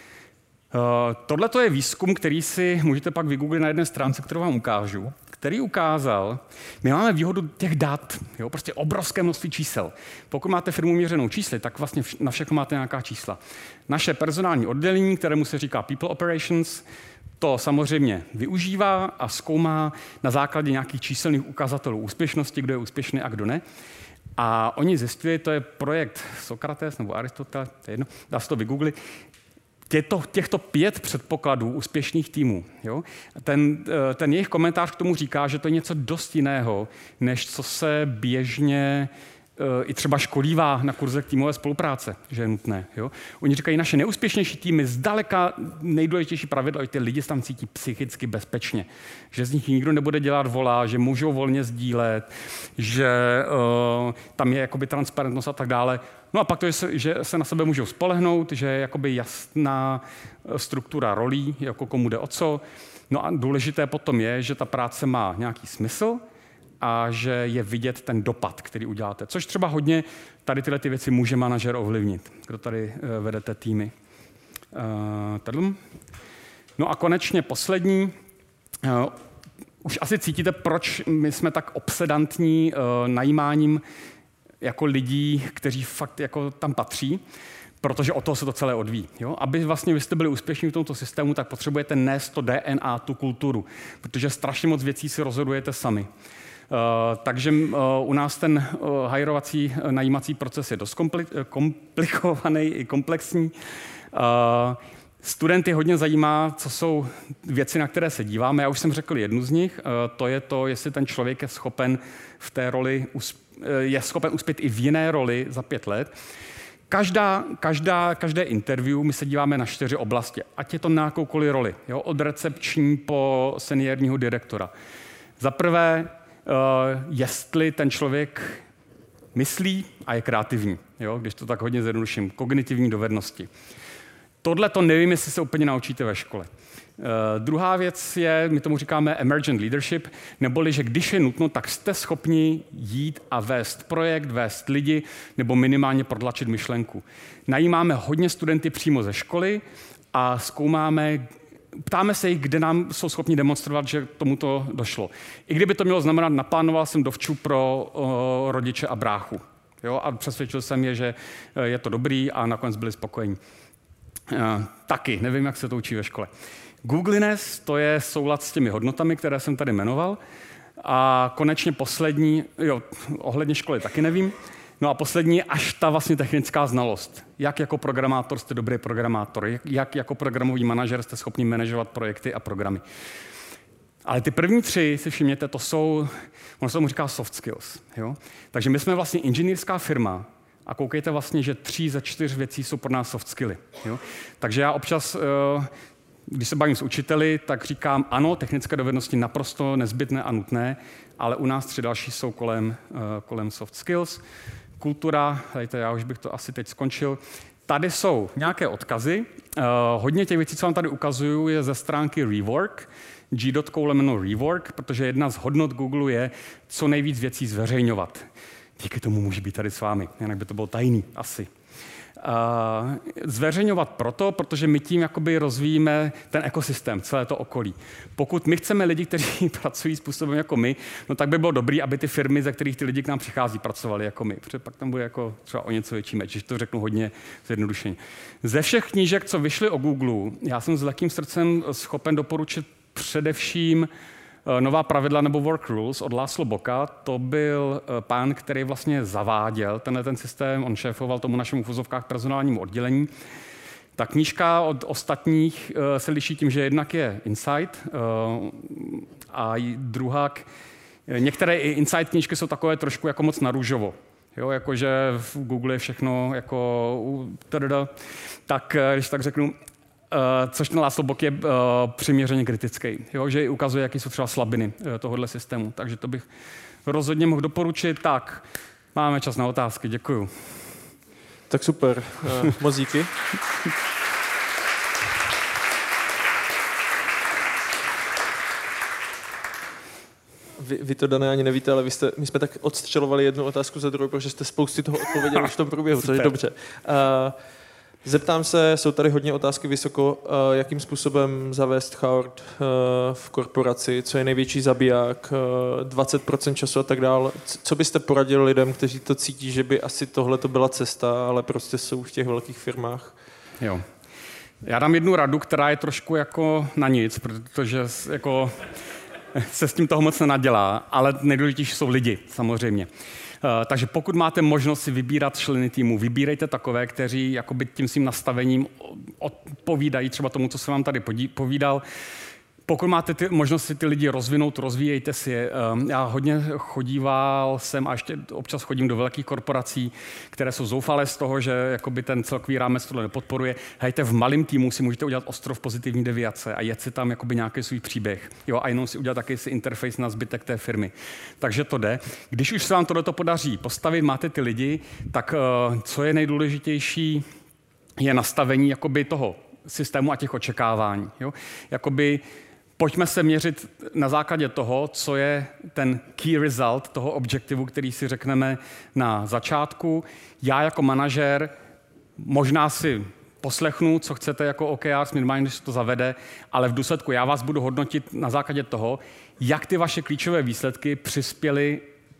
Uh, Tohle je výzkum, který si můžete pak vygooglit na jedné stránce, kterou vám ukážu, který ukázal, my máme výhodu těch dat, jo, prostě obrovské množství čísel. Pokud máte firmu měřenou čísly, tak vlastně na všechno máte nějaká čísla. Naše personální oddělení, kterému se říká People Operations, to samozřejmě využívá a zkoumá na základě nějakých číselných ukazatelů úspěšnosti, kdo je úspěšný a kdo ne. A oni zjistili, to je projekt Sokrates nebo Aristotel, to je jedno, dá se to vygooglit, Těto, těchto pět předpokladů úspěšných týmů. Jo? Ten, ten jejich komentář k tomu říká, že to je něco dost jiného, než co se běžně i třeba školívá na kurzech týmové spolupráce, že je nutné. Jo? Oni říkají, naše neúspěšnější týmy zdaleka nejdůležitější pravidlo, že ty lidi se tam cítí psychicky bezpečně, že z nich nikdo nebude dělat volá, že můžou volně sdílet, že uh, tam je jakoby transparentnost a tak dále. No a pak to je, že se na sebe můžou spolehnout, že je jakoby jasná struktura rolí, jako komu jde o co. No a důležité potom je, že ta práce má nějaký smysl a že je vidět ten dopad, který uděláte. Což třeba hodně tady tyhle ty věci může manažer ovlivnit, kdo tady vedete týmy. Uh, no a konečně poslední. Uh, už asi cítíte, proč my jsme tak obsedantní uh, najímáním jako lidí, kteří fakt jako tam patří. protože o toho se to celé odvíjí. Jo? Aby vlastně vy jste byli úspěšní v tomto systému, tak potřebujete nést to D N A, tu kulturu, protože strašně moc věcí si rozhodujete sami. Uh, takže uh, u nás ten uh, hajrovací, uh, najímací proces je dost kompli- komplikovaný i komplexní. Uh, Studenty hodně zajímá, co jsou věci, na které se díváme. Já už jsem řekl jednu z nich. To je to, jestli ten člověk je schopen v té roli, je schopen uspět i v jiné roli za pět let. Každá, každá, každé interview my se díváme na čtyři oblasti, ať je to na jakoukoliv roli, jo? Od recepční po seniorního direktora. Za prvé, jestli ten člověk myslí a je kreativní, jo? Když to tak hodně zjednoduším, kognitivní dovednosti. Tohle to nevím, jestli se úplně naučíte ve škole. Uh, druhá věc je, my tomu říkáme emergent leadership, neboli, že když je nutno, tak jste schopni jít a vést projekt, vést lidi, nebo minimálně protlačit myšlenku. Najímáme hodně studenty přímo ze školy a zkoumáme, ptáme se jich, kde nám jsou schopni demonstrovat, že tomuto došlo. I kdyby to mělo znamenat, naplánoval jsem dovču pro uh, rodiče a bráchu. Jo? A přesvědčil jsem je, že je to dobrý a nakonec byli spokojení. Uh, taky, nevím, jak se to učí ve škole. Googliness, to je soulad s těmi hodnotami, které jsem tady jmenoval. A konečně poslední, jo, ohledně školy taky nevím. No a poslední, až ta vlastně technická znalost. Jak jako programátor jste dobrý programátor, jak, jak jako programový manažer jste schopni manažovat projekty a programy. Ale ty první tři, si všimněte, to jsou, ono se tomu říká soft skills. Jo? Takže my jsme vlastně inženýrská firma, a koukejte vlastně, že tři ze čtyř věcí jsou pro nás soft skilly. Jo? Takže já občas, když se bavím s učiteli, tak říkám, ano, technické dovednosti naprosto nezbytné a nutné, ale u nás tři další jsou kolem, kolem soft skills. Kultura, dejte, já už bych to asi teď skončil. Tady jsou nějaké odkazy. Hodně těch věcí, co vám tady ukazuju, je ze stránky Rework, g tečka co lomeno Rework, protože jedna z hodnot Google je co nejvíc věcí zveřejňovat. Díky tomu může být tady s vámi, jinak by to bylo tajný, asi. Uh, zveřejňovat proto, protože my tím jakoby rozvíjíme ten ekosystém, celé to okolí. Pokud my chceme lidi, kteří pracují způsobem jako my, no tak by bylo dobré, aby ty firmy, ze kterých ty lidi k nám přichází, pracovali jako my, protože pak tam bude jako třeba o něco větší meč, když to řeknu hodně zjednodušeně. Ze všech knížek, co vyšly o Google, já jsem s lehkým srdcem schopen doporučit především Nová pravidla nebo Work Rules od László Boka. To byl pán, který vlastně zaváděl tenhle ten systém, on šéfoval tomu našemu v uvozovkách personálnímu oddělení. Ta knížka od ostatních se liší tím, že jednak je insight a druhá, některé i insight knížky jsou takové trošku jako moc narůžovo. Jo, jakože v Google je všechno jako tadada, tak když tak řeknu, Uh, což ten László Bok je uh, přiměřeně kritický, jo? Že ukazuje, jaké jsou třeba slabiny uh, tohohle systému. Takže to bych rozhodně mohl doporučit. Tak, máme čas na otázky, děkuju. Tak super, uh, moc díky. Vy, vy to, Dané, ani nevíte, ale vy jste, my jsme tak odstřelovali jednu otázku za druhou, protože jste spousty toho odpověděli už v tom průběhu, což je dobře. Uh, Zeptám se, jsou tady hodně otázky vysoko, jakým způsobem zavést Howard v korporaci, co je největší zabiják, dvacet procent času a tak dále. Co byste poradil lidem, kteří to cítí, že by asi tohle to byla cesta, ale prostě jsou v těch velkých firmách? Jo. Já dám jednu radu, která je trošku jako na nic, protože jako se s tím toho moc nenadělá, ale nejdůležitější jsou lidi, samozřejmě. Uh, takže pokud máte možnost si vybírat členy týmu, vybírejte takové, kteří jakoby tím svým nastavením odpovídají třeba tomu, co jsem vám tady povídal. Pokud máte ty možnosti ty lidi rozvinout, rozvíjejte si je. Já hodně chodíval jsem a ještě občas chodím do velkých korporací, které jsou zoufalé z toho, že jakoby ten celkový rámec tohle nepodporuje. Hejte, v malém týmu si můžete udělat ostrov pozitivní deviace a jet si tam jakoby nějaký svůj příběh. Jo, a jenom si udělat taky si interface na zbytek té firmy. Takže to jde. Když už se vám tohleto podaří postavit, máte ty lidi, tak co je nejdůležitější, je nastavení jakoby toho systému a těch očekávání. Jo? Jakoby pojďme se měřit na základě toho, co je ten key result toho objektivu, který si řekneme na začátku. Já jako manažer možná si poslechnu, co chcete jako O K R, minimálně, když se to zavede, ale v důsledku já vás budu hodnotit na základě toho, jak ty vaše klíčové výsledky přispěly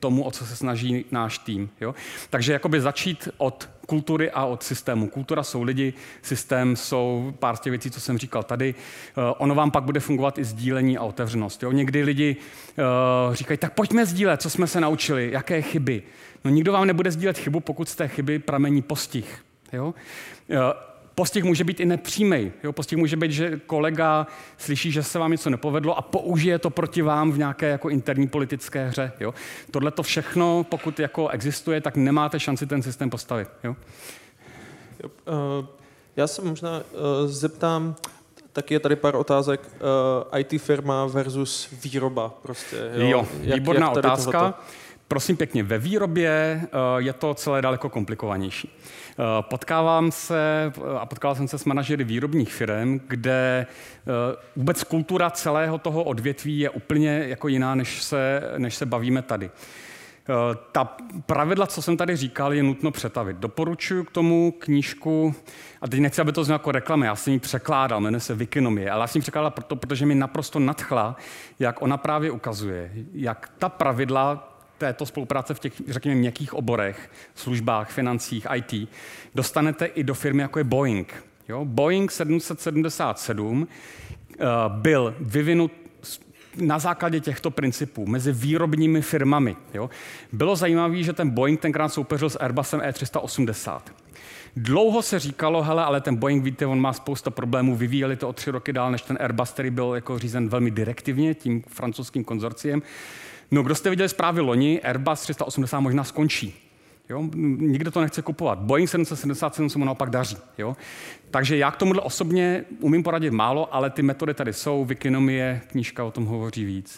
tomu, o co se snaží náš tým. Jo? Takže jakoby začít od kultury a od systému. Kultura jsou lidi, systém jsou pár z těch věcí, co jsem říkal tady. Ono vám pak bude fungovat i sdílení a otevřenost. Jo? Někdy lidi uh, říkají, tak pojďme sdílet, co jsme se naučili, jaké chyby. No nikdo vám nebude sdílet chybu, pokud z té chyby pramení postih. Jo? Uh, Postih může být i nepřímej. Jo? Postih může být, že kolega slyší, že se vám něco nepovedlo a použije to proti vám v nějaké jako interní politické hře. Jo? Tohle to všechno, pokud jako existuje, tak nemáte šanci ten systém postavit. Jo? Jo, uh, já se možná uh, zeptám, taky je tady pár otázek. Uh, í té firma versus výroba. Prostě, jo? Jo, jak, výborná jak otázka. Tohleto? Prosím pěkně, ve výrobě uh, je to celé daleko komplikovanější. Uh, potkávám se a potkával jsem se s manažery výrobních firm, kde uh, vůbec kultura celého toho odvětví je úplně jako jiná, než se, než se bavíme tady. Uh, ta pravidla, co jsem tady říkal, je nutno přetavit. Doporučuji k tomu knížku, a teď nechci, aby to znělo jako reklama, já jsem ji překládal, jmenuje se Wikinomie, ale já jsem ji překládal proto, protože mi naprosto nadchla, jak ona právě ukazuje, jak ta pravidla této spolupráce v těch, řekněme, měkkých oborech, službách, financích, í té, dostanete i do firmy, jako je Boeing. Jo? Boeing sedm set sedmdesát sedm uh, byl vyvinut na základě těchto principů mezi výrobními firmami. Jo? Bylo zajímavé, že ten Boeing tenkrát soupeřil s Airbusem E tři sta osmdesát. Dlouho se říkalo, hele, ale ten Boeing, víte, on má spousta problémů, vyvíjeli to o tři roky dál, než ten Airbus, který byl jako řízen velmi direktivně tím francouzským konzorciem. No, kdo jste viděli zprávy loni, Airbus tři sta osmdesát možná skončí. Jo? Nikdo to nechce kupovat. Boeing sedm set sedmdesát sedm se mu naopak daří. Jo? Takže já k tomuhle osobně umím poradit málo, ale ty metody tady jsou. Wikinomie, knížka o tom hovoří víc.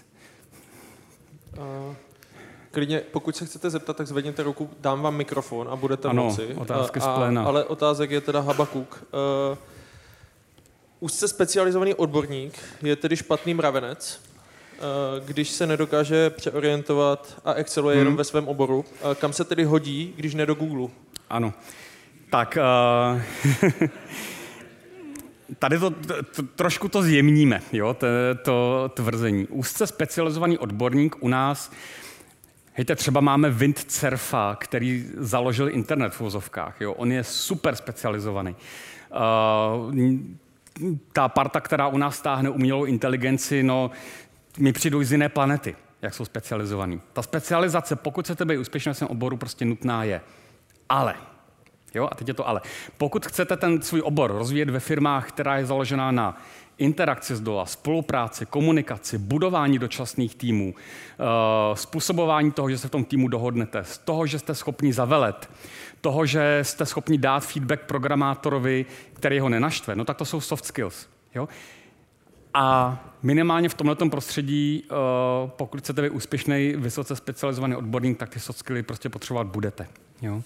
Uh, klidně, pokud se chcete zeptat, tak zvedněte ruku, dám vám mikrofon a budete ano, moci. otázky a, z pléna. Ale otázek je teda Habakuk. Uh, úzce specializovaný odborník je tedy špatný mravenec, když se nedokáže přeorientovat a exceluje hmm. jenom ve svém oboru. Kam se tedy hodí, když ne do Google? Ano. Tak uh, tady to, to, trošku to zjemníme, jo, to, to tvrzení. Úzce specializovaný odborník u nás, hejte, třeba máme Windsurfa, který založil internet v uvozovkách. Jo. On je super specializovaný. Uh, ta parta, která u nás stáhne umělou inteligenci, no, mi přijdou z jiné planety, jak jsou specializovaný. Ta specializace, pokud chcete být úspěšný v svém oboru, prostě nutná je. Ale, jo, a teď je to ale. Pokud chcete ten svůj obor rozvíjet ve firmách, která je založená na interakci z dola, spolupráci, komunikaci, budování dočasných týmů, uh, způsobování toho, že se v tom týmu dohodnete, z toho, že jste schopni zavelet, toho, že jste schopni dát feedback programátorovi, který ho nenaštve, no tak to jsou soft skills. Jo? A minimálně v tomhletom prostředí, uh, pokud chcete být úspěšný, vysoce specializovaný odborník, tak ty soft skilly prostě potřebovat budete. Jo?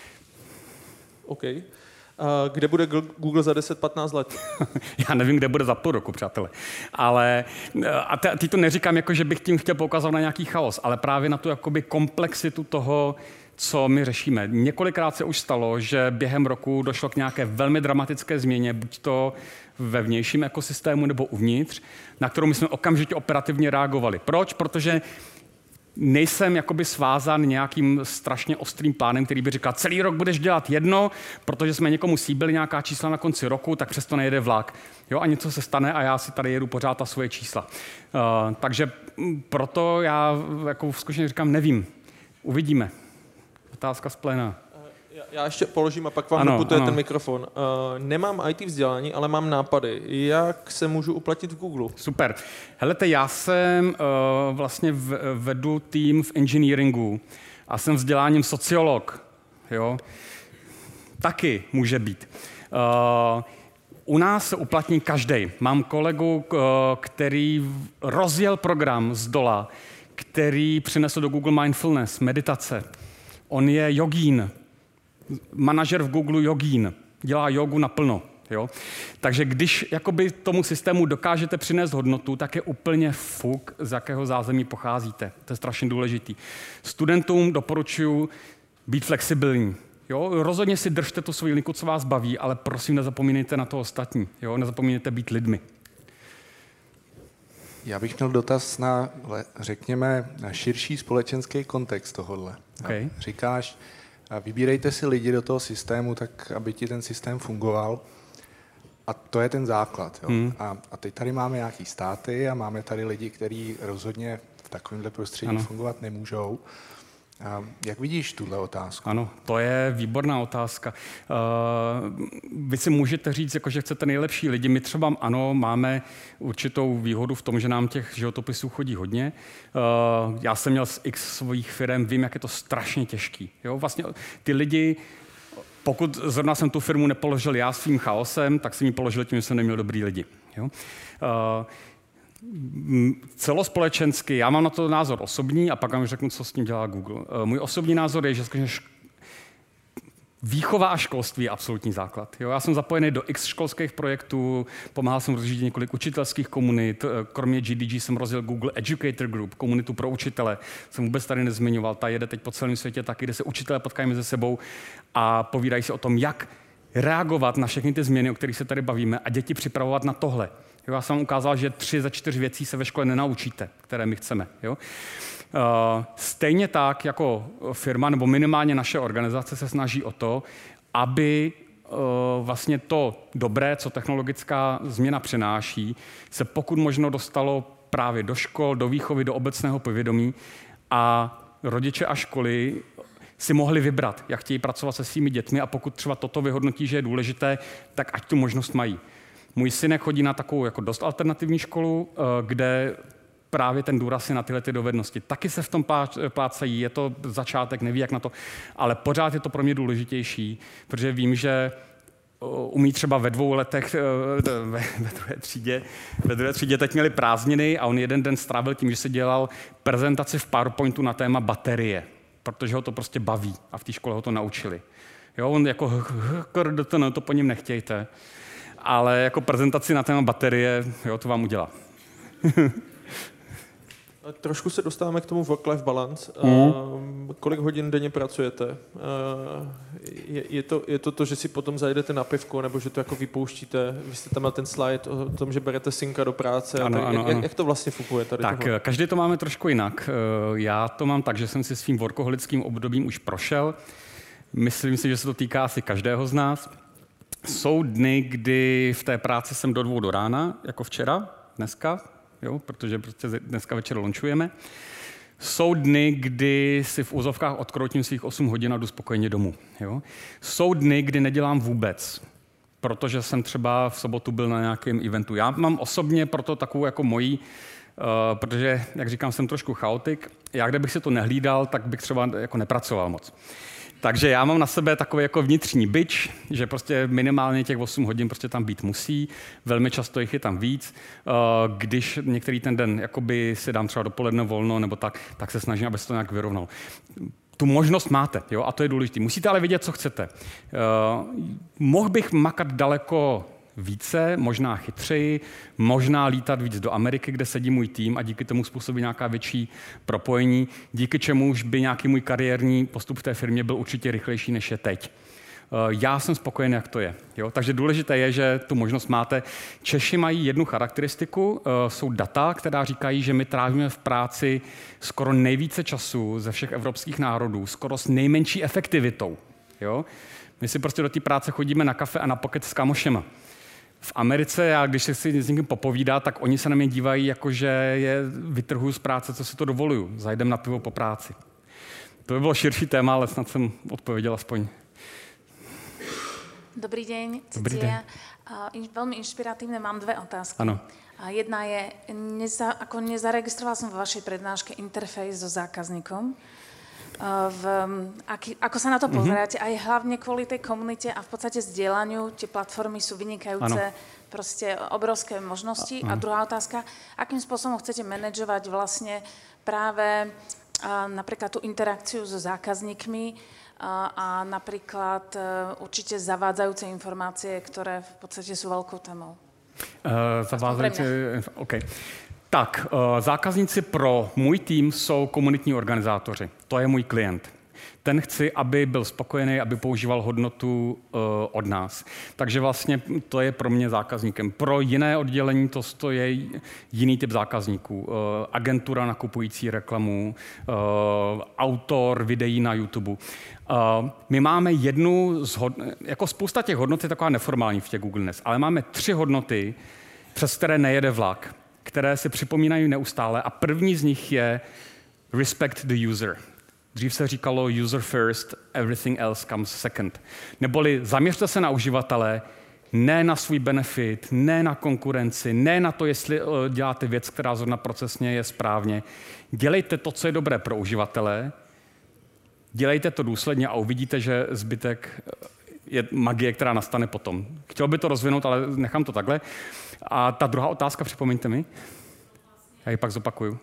OK. Uh, kde bude Google za deset patnáct let? Já nevím, kde bude za půl roku, přátelé. Ale, a teď to neříkám, jako, že bych tím chtěl poukázat na nějaký chaos, ale právě na tu jakoby komplexitu toho, co my řešíme. Několikrát se už stalo, že během roku došlo k nějaké velmi dramatické změně, buď to ve vnějším ekosystému nebo uvnitř, na kterou my jsme okamžitě operativně reagovali. Proč? Protože nejsem jakoby svázan nějakým strašně ostrým plánem, který by říkal, celý rok budeš dělat jedno, protože jsme někomu slíbili nějaká čísla na konci roku, tak přesto nejede vlak. Jo, a něco se stane a já si tady jedu pořád ta svoje čísla. Uh, takže proto já jako skutečně říkám, nevím. Uvidíme. Otázka z pléna. Já ještě položím a pak vám doputuje ten mikrofon. Uh, nemám í té vzdělání, ale mám nápady. Jak se můžu uplatnit v Google? Super. Helete, já jsem uh, vlastně v, vedu tým v engineeringu a jsem vzděláním sociolog. Jo? Taky může být. Uh, u nás se uplatní každej. Mám kolegu, uh, který rozjel program z dola, který přinesl do Google Mindfulness, meditace. On je jogín, manažer v Google jogín, dělá jogu naplno. Jo? Takže když jakoby tomu systému dokážete přinést hodnotu, tak je úplně fuk, z jakého zázemí pocházíte. To je strašně důležitý. Studentům doporučuji být flexibilní. Jo? Rozhodně si držte tu svoji linku, co vás baví, ale prosím, nezapomínejte na to ostatní. Jo? Nezapomínejte být lidmi. Já bych měl dotaz na, řekněme, na širší společenský kontext tohohle. Okay. Říkáš, vybírejte si lidi do toho systému, tak aby ti ten systém fungoval. A to je ten základ. Jo? Hmm. A, a teď tady máme nějaký státy a máme tady lidi, kteří rozhodně v takovémhle prostředí ano. fungovat nemůžou. A jak vidíš tuhle otázku? Ano, to je výborná otázka. Uh, vy si můžete říct, jako, že chcete nejlepší lidi. My třeba ano, máme určitou výhodu v tom, že nám těch životopisů chodí hodně. Uh, já jsem měl z x svých firem, vím, jak je to strašně těžký. Jo? Vlastně ty lidi, pokud zrovna jsem tu firmu nepoložil já svým chaosem, tak jsem ji položil tím, že jsem neměl dobrý lidi. Jo? Uh, Celospolečensky, já mám na to názor osobní a pak vám řeknu, co s tím dělá Google. Můj osobní názor je, že výchova a školství je absolutní základ. Jo, já jsem zapojený do x školských projektů, pomáhal jsem rozvíjet několik učitelských komunit, kromě G D G jsem rozjel Google Educator Group, komunitu pro učitele, jsem vůbec tady nezmiňoval, ta jede teď po celém světě taky, kde se učitelé potkají mezi sebou a povídají si o tom, jak reagovat na všechny ty změny, o kterých se tady bavíme a děti připravovat na tohle. Jo, já jsem vám ukázal, že tři ze čtyř věcí se ve škole nenaučíte, které my chceme. Jo? Uh, stejně tak jako firma, nebo minimálně naše organizace se snaží o to, aby uh, vlastně to dobré, co technologická změna přináší, se pokud možno dostalo právě do škol, do výchovy, do obecného povědomí a rodiče a školy si mohli vybrat, jak chtějí pracovat se svými dětmi a pokud třeba toto vyhodnotí, že je důležité, tak ať tu možnost mají. Můj synek chodí na takovou jako dost alternativní školu, kde právě ten důraz je na tyhle ty dovednosti. Taky se v tom plácají, je to začátek, neví jak na to, ale pořád je to pro mě důležitější, protože vím, že umí třeba ve dvou letech, ve, ve druhé třídě, ve druhé třídě teď měli prázdniny a on jeden den strávil tím, že se dělal prezentaci v PowerPointu na téma baterie, protože ho to prostě baví a v té škole ho to naučili. Jo, on jako, no, to po něm nechtějte. Ale jako prezentaci na téma baterie, jo, to vám udělá. Trošku se dostáváme k tomu work-life balance. Mm. Uh, kolik hodin denně pracujete? Uh, je, je, to, je to to, že si potom zajdete na pivko, nebo že to jako vypouštíte? Vy jste tam na ten slide o tom, že berete synka do práce. Ano, tak, ano, jak, ano. jak to vlastně funguje tady? Tak, tohle? každý to máme trošku jinak. Já to mám tak, že jsem si svým workoholickým obdobím už prošel. Myslím si, že se to týká asi každého z nás. Jsou dny, kdy v té práci jsem do dvou do rána, jako včera, dneska, jo, protože prostě dneska večer lunčujeme. Jsou dny, kdy si v úzovkách odkroutím svých osm hodin a jdu spokojeně domů. Jo. Jsou dny, kdy nedělám vůbec, protože jsem třeba v sobotu byl na nějakém eventu. Já mám osobně proto takovou jako mojí, uh, protože, jak říkám, jsem trošku chaotik. Já, kdybych si to nehlídal, tak bych třeba jako nepracoval moc. Takže já mám na sebe takový jako vnitřní bič, že prostě minimálně těch osm hodin prostě tam být musí. Velmi často jich je tam víc. Když některý ten den jakoby si dám třeba dopoledne volno nebo tak, tak se snažím, aby se to nějak vyrovnal. Tu možnost máte, jo, a to je důležité. Musíte ale vědět, co chcete. Mohl bych makat daleko více, možná chytřeji, možná lítat víc do Ameriky, kde sedí můj tým a díky tomu způsobí nějaká větší propojení, díky čemuž by nějaký můj kariérní postup v té firmě byl určitě rychlejší, než je teď. Já jsem spokojený, jak to je. Jo? Takže důležité je, že tu možnost máte. Češi mají jednu charakteristiku, jsou data, která říkají, že my trávíme v práci skoro nejvíce času ze všech evropských národů, skoro s nejmenší efektivitou. Jo? My si prostě do té práce chodíme na kafe a na pokec s kamošema. V Americe, já když si s někým popovídá, tak oni se na mě dívají, jako že je vytrhuju z práce, co si to dovoluju. Zajdem na pivo po práci. To by bylo širší téma, ale snad jsem odpověděl aspoň. Dobrý deň, Dobrý Cícia. Uh, veľmi inšpiratívne, mám dve otázky. Ano. Uh, jedna je, neza, ako nezaregistrovala som vo vašej prednáške interfejs so zákazníkom. Uh, v, aký, ako sa na to pozeráte, mm-hmm. aj hlavne kvôli tej komunite a v podstate zdieľaniu, tie platformy sú vynikajúce, ano. Proste obrovské možnosti. A, a druhá otázka, akým spôsobom chcete manažovať vlastne práve uh, napríklad tú interakciu so zákazníkmi uh, a napríklad uh, určite zavádzajúce informácie, ktoré v podstate sú veľkou témou. Uh, zavádzajúce, OK. Tak, zákazníci pro můj tým jsou komunitní organizátoři. To je můj klient. Ten chci, aby byl spokojený, aby používal hodnotu uh, od nás. Takže vlastně to je pro mě zákazníkem. Pro jiné oddělení to, to je jiný typ zákazníků. Uh, agentura nakupující reklamu, uh, autor videí na YouTube. Uh, my máme jednu z hodnot, jako spousta těch hodnot je taková neformální v těch Google Nest, ale máme tři hodnoty, přes které nejede vlak, které si připomínají neustále a první z nich je respect the user. Dřív se říkalo user first, everything else comes second. Neboli zaměřte se na uživatele, ne na svůj benefit, ne na konkurenci, ne na to, jestli děláte věc, která zrovna procesně je správně. Dělejte to, co je dobré pro uživatele, dělejte to důsledně a uvidíte, že zbytek je magie, která nastane potom. Chtěl by to rozvinout, ale nechám to takhle. A ta druhá otázka, připomeňte mi. Já ji pak zopakuju.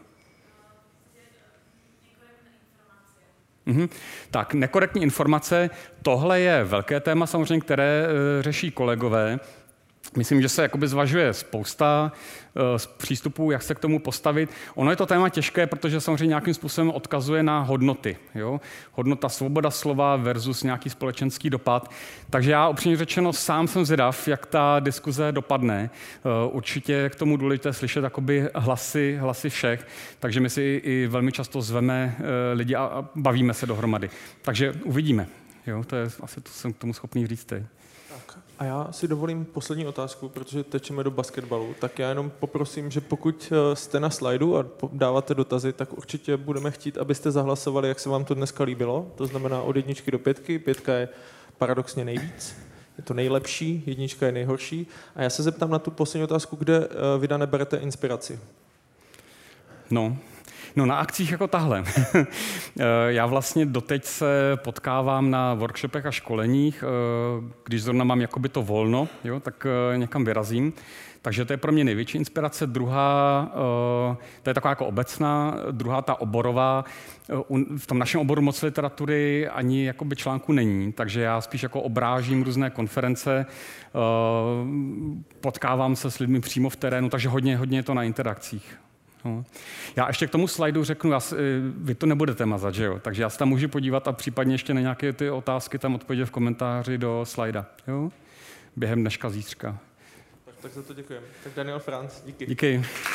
Mhm. Tak, nekorektní informace. Tohle je velké téma samozřejmě, které e, řeší kolegové. Myslím, že se jakoby zvažuje spousta uh, přístupů, jak se k tomu postavit. Ono je to téma těžké, protože samozřejmě nějakým způsobem odkazuje na hodnoty. Jo? Hodnota svoboda slova versus nějaký společenský dopad. Takže já upřímně řečeno sám jsem zvědav, jak ta diskuze dopadne. Uh, určitě je k tomu důležité slyšet jakoby hlasy, hlasy všech, takže my si i velmi často zveme uh, lidi a, a bavíme se dohromady. Takže uvidíme. Jo? To je asi to jsem k tomu schopný říct teď. A já si dovolím poslední otázku, protože tečeme do basketbalu, tak já jenom poprosím, že pokud jste na slajdu a dáváte dotazy, tak určitě budeme chtít, abyste zahlasovali, jak se vám to dneska líbilo. To znamená od jedničky do pětky. Pětka je paradoxně nejvíc. Je to nejlepší, jednička je nejhorší. A já se zeptám na tu poslední otázku, kde vy, Dane, berete inspiraci? No, No na akcích jako tahle. Já vlastně doteď se potkávám na workshopech a školeních, když zrovna mám jakoby to volno, jo, tak někam vyrazím. Takže to je pro mě největší inspirace. Druhá, to je taková jako obecná, druhá ta oborová. V tom našem oboru moc literatury ani jakoby článku není, takže já spíš jako obrážím různé konference, potkávám se s lidmi přímo v terénu, takže hodně, hodně je to na interakcích. No. Já ještě k tomu slajdu řeknu, já, vy to nebudete mazat, že jo? Takže já se tam můžu podívat a případně ještě na nějaké ty otázky tam odpovědět v komentáři do slajda, jo? Během dneška zítřka. Tak, tak za to děkujeme. Tak Daniel Franc, díky. Díky.